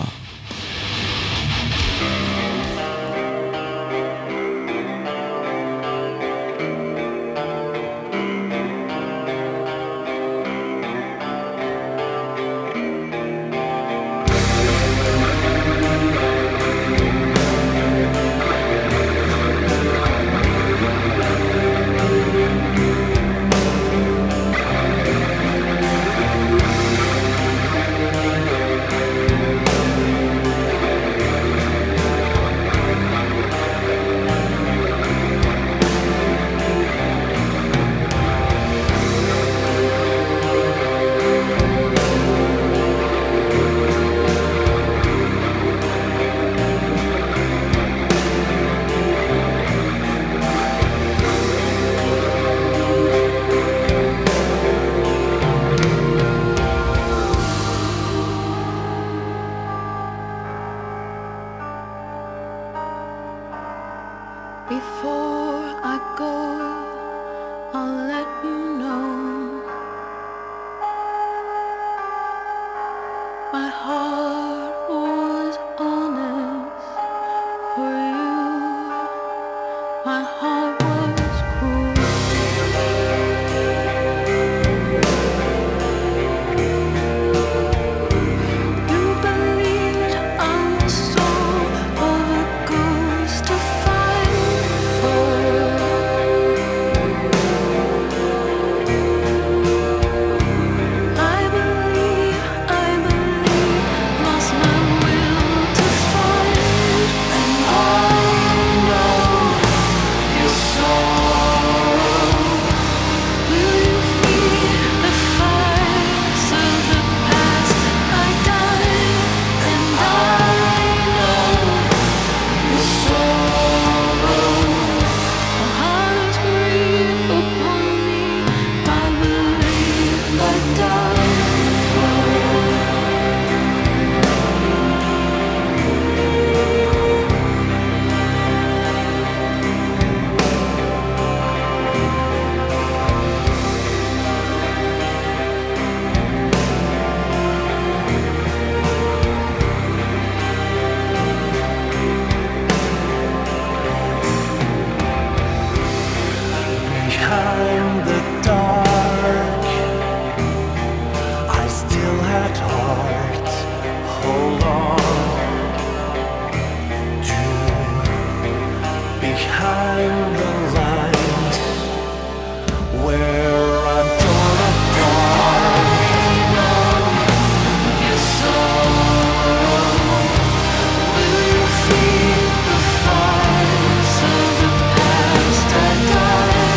Before I go, I'll let you know my heart was honest for you. My heart was cruel. You believed I was soul of a ghost to fight for. I believe, I believe, lost my will to fight, and I know your sorrow. Will you feed the fires of the past? I died, and I know your sorrow. A heart grief upon me. I believe I died for. Behind the dark, I still had heart. Hold on to behind the lines where I'm torn apart. Your sorrow. Will you feed the fires of the past? I died.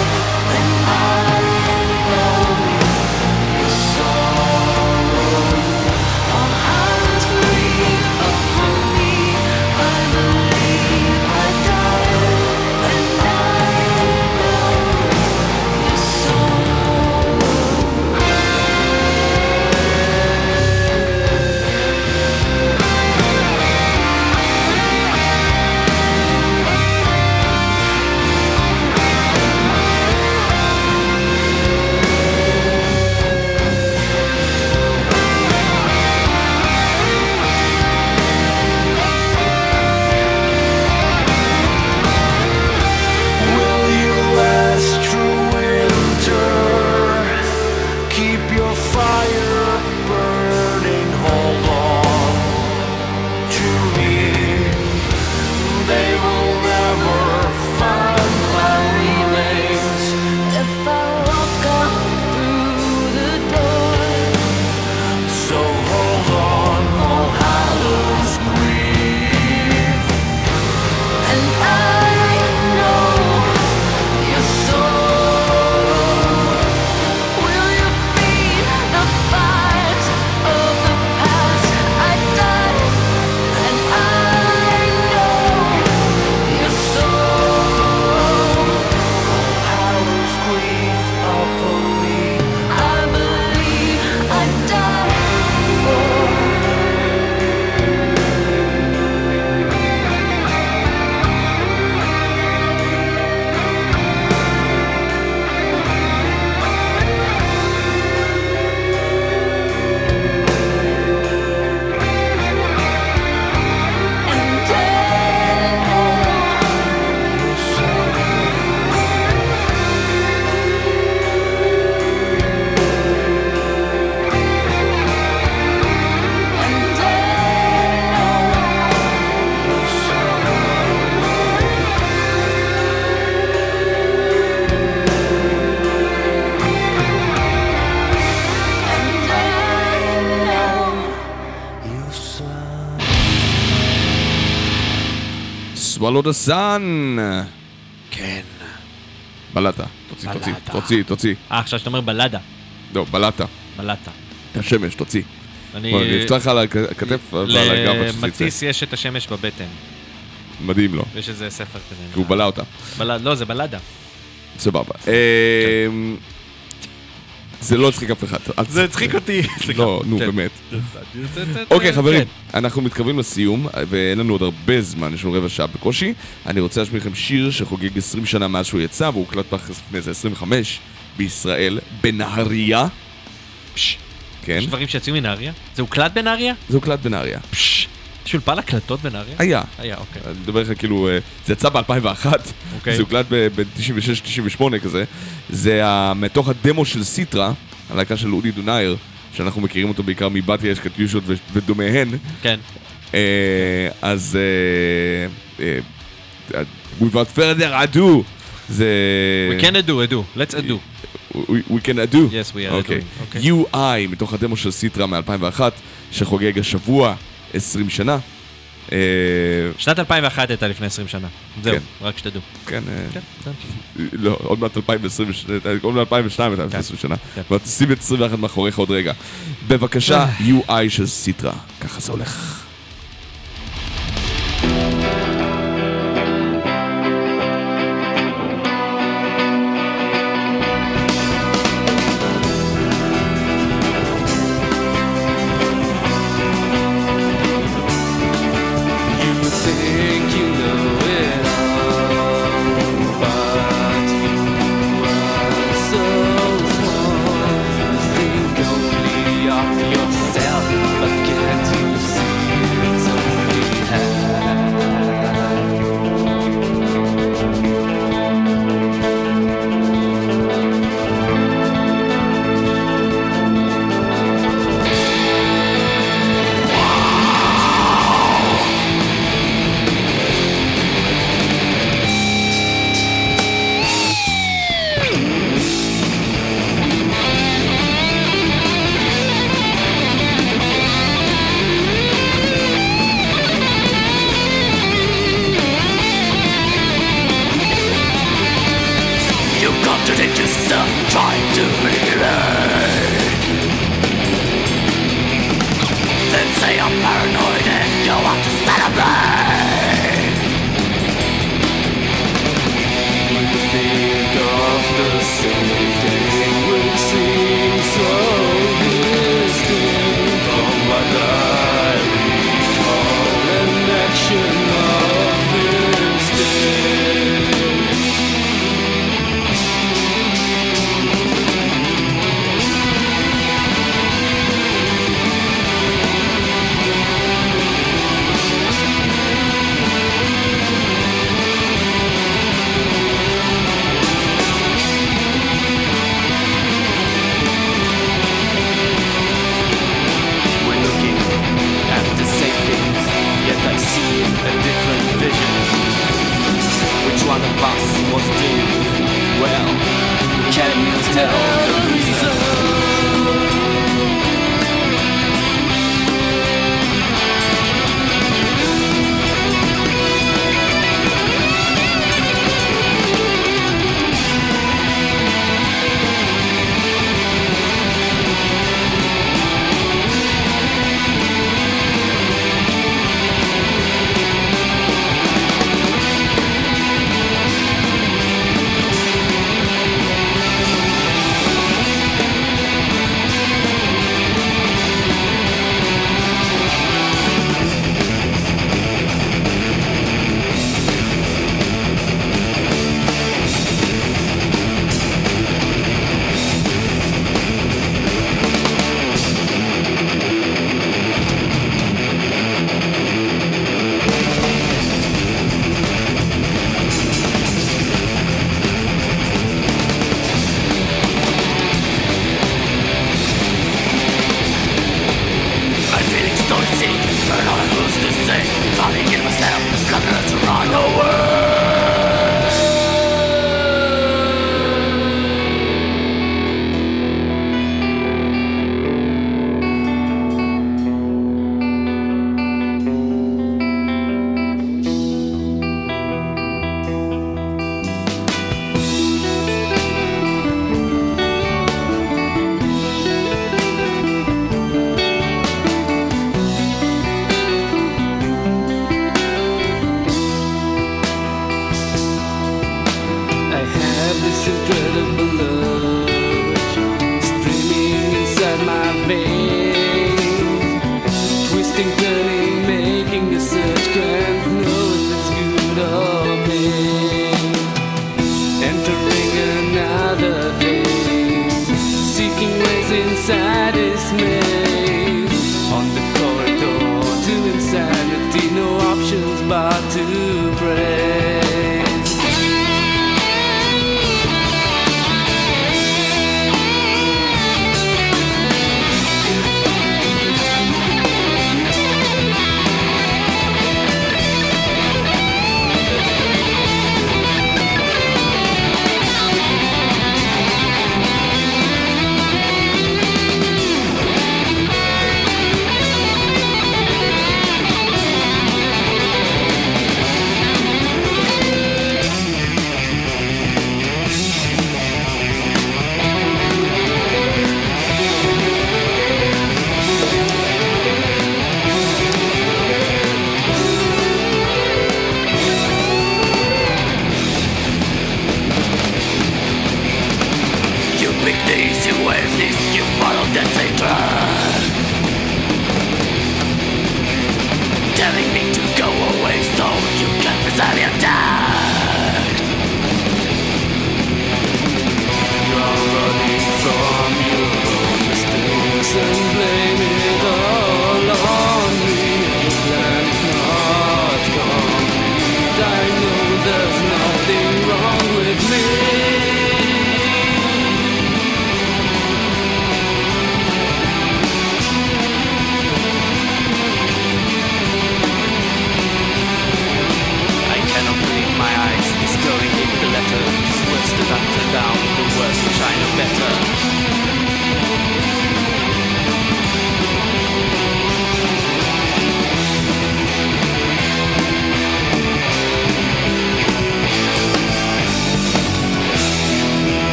Swallow the Sun. כן. בלטה. תוציא, תוציא, בלטה. תוציא, תוציא. אה, עכשיו שאתה אומר בלדה. לא, בלטה. בלטה. את השמש, תוציא. אני... בוא, אני אפתח לך על הכתף ועל הגב עד שתצא. למטיס יש את השמש בבטן. מדהים לו. יש איזה ספר כזה. כי הוא בלע אותה. בלד, לא, זה בלדה. סבבה. אמ, זה לא הצחיק אף אחד. זה הצחיק אותי. לא, נו, כן. באמת. אוקיי, חברים, אנחנו מתקרבים לסיום, ואין לנו עוד הרבה זמן, יש לנו רבע שעה בקושי. אני רוצה להשמיע לכם שיר שחוגג עשרים שנה מאז שהוא יצא, והוא הוקלט תכלס לפני איזה עשרים וחמש בישראל, בנהריה. כן. יש דברים שיצאו מנהריה? זה הוקלט בנהריה? זה הוקלט בנהריה. יש אולפן הקלטות בנהריה? היה. היה, אוקיי. אני מדבר לך כאילו, אה, זה יצא ב-אלפיים ואחת, אוקיי. זה הוקלט ב-תשעים ושש תשעים ושמונה כזה. זה ה- מתוך הדמו של סיטרה, הלהקה של אודי דונייר, שאנחנו מכירים אותו בעיקר מבתי אש קטיושות ו- ודומיהן. כן. אה, אז אה, אה, without further ado, זה... We can do, do. Let's do. We, we can do. Yes, we are אוקיי. doing. אוקיי. יו איי, מתוך הדמו של סיטרה מ-אלפיים ואחת, שחוגג השבוע עשרים שנה. אה, שנת אלפיים ואחת הייתה לפני עשרים שנה. זהו, כן. רק שתדעו. כן, אה, כן, כן. לא, עוד מעט אלפיים ועשרים, עוד מעט אלפיים ושתיים הייתה לפני עשרים שנה. כן. אבל תשים את עשרים ואחת מאחוריך עוד רגע. בבקשה, יו איי של סיטרה. ככה זה הולך.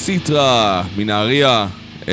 סיטרה מנהריה,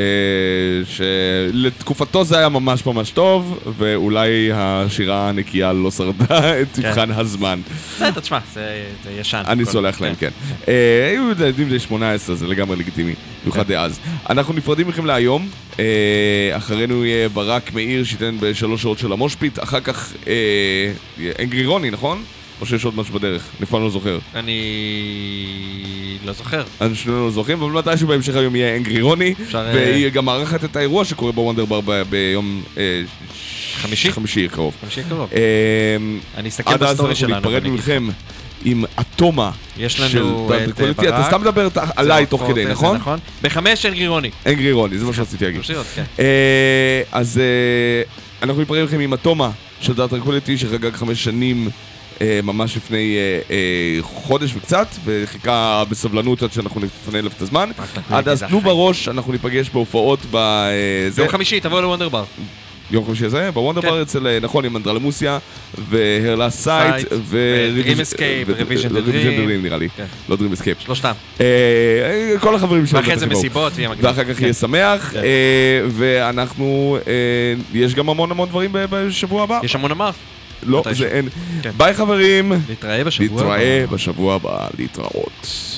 שלתקופתו זה היה ממש ממש טוב, ואולי השירה הנקייה לא שרדה את מבחן הזמן. בסדר, תשמע, זה ישן. אני סולח להם, כן. היו ילדים בני שמונה עשרה, זה לגמרי לגיטימי, במיוחד דאז. אנחנו נפרדים מכם להיום, אחרינו יהיה ברק מאיר שייתן בשלוש שעות של המושפיט, אחר כך אנגרי רוני, נכון? או שיש עוד משהו בדרך? אני פעם לא זוכר. אני לא זוכר. אני שנינו לא זוכרים, אבל מתישהו בהמשך היום יהיה אנגרי רוני, והיא גם מערכת את האירוע שקורה בוונדר בר ביום חמישי? חמישי קרוב. חמישי קרוב. אני אסתכל בסטורי שלנו. עד אז אנחנו נתפרד מכם עם אטומה יש לנו את ברק. אתה סתם מדבר עליי תוך כדי, נכון? נכון. בחמש אנגרי רוני. אנגרי רוני, זה מה שרציתי להגיד. אז אנחנו נתפרד מכם עם אטומה של דארק טרנקוויליטי שחגג חמש שנים ממש לפני חודש וקצת, וחיכה בסבלנות עד שאנחנו נפנה אליו את הזמן. עד אז תנו בראש, אנחנו ניפגש בהופעות בזה. יום חמישי, תבואו לוונדר בר. יום חמישי הזה, בוונדר בר אצל, נכון, עם אנדרלמוסיה, והרלה סייט, ודרים אסקייפ, ורוויז'ן דה דרים, נראה לי, לא דרים אסקייפ. שלושתם. כל החברים שלנו. ואחרי זה מסיבות, ואחר כך יהיה שמח, ואנחנו, יש גם המון המון דברים בשבוע הבא. יש המון המון. לא, זה אין. ביי חברים. להתראה בשבוע הבא. להתראה בשבוע הבא. להתראות.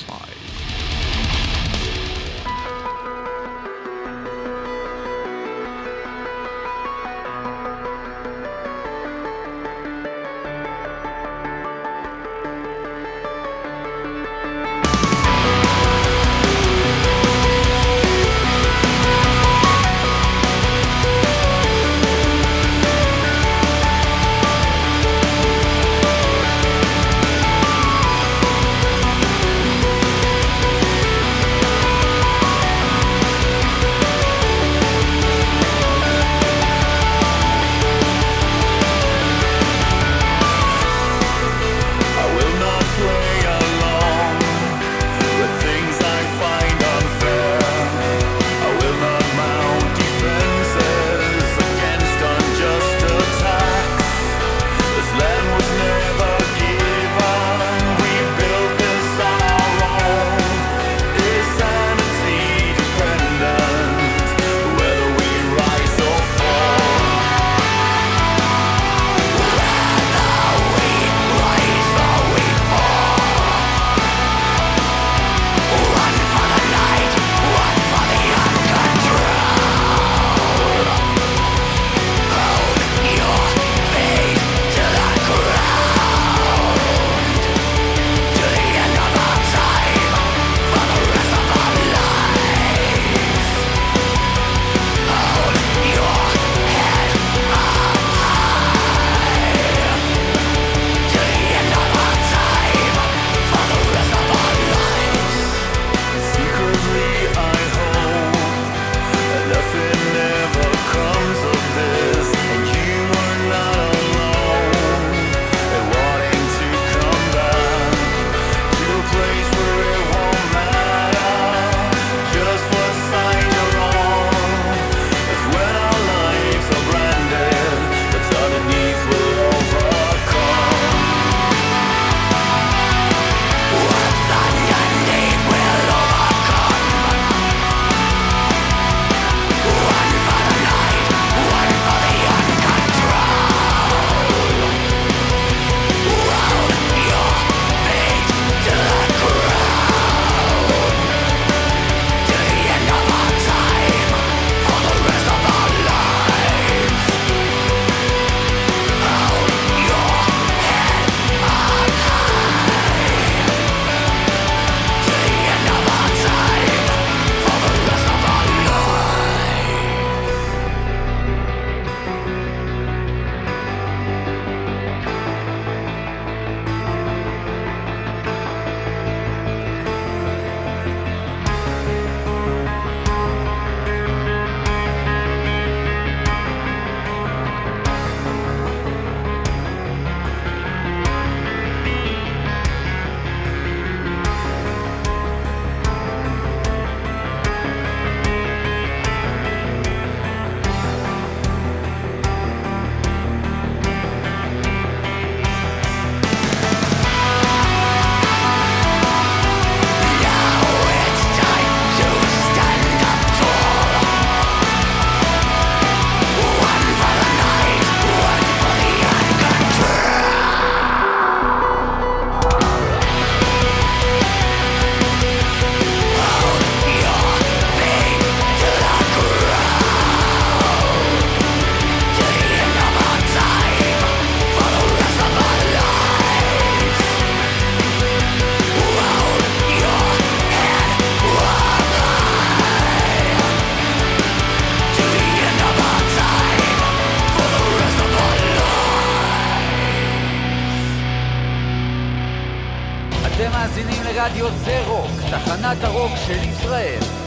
רדיו זה רוק, תחנת הרוק של ישראל.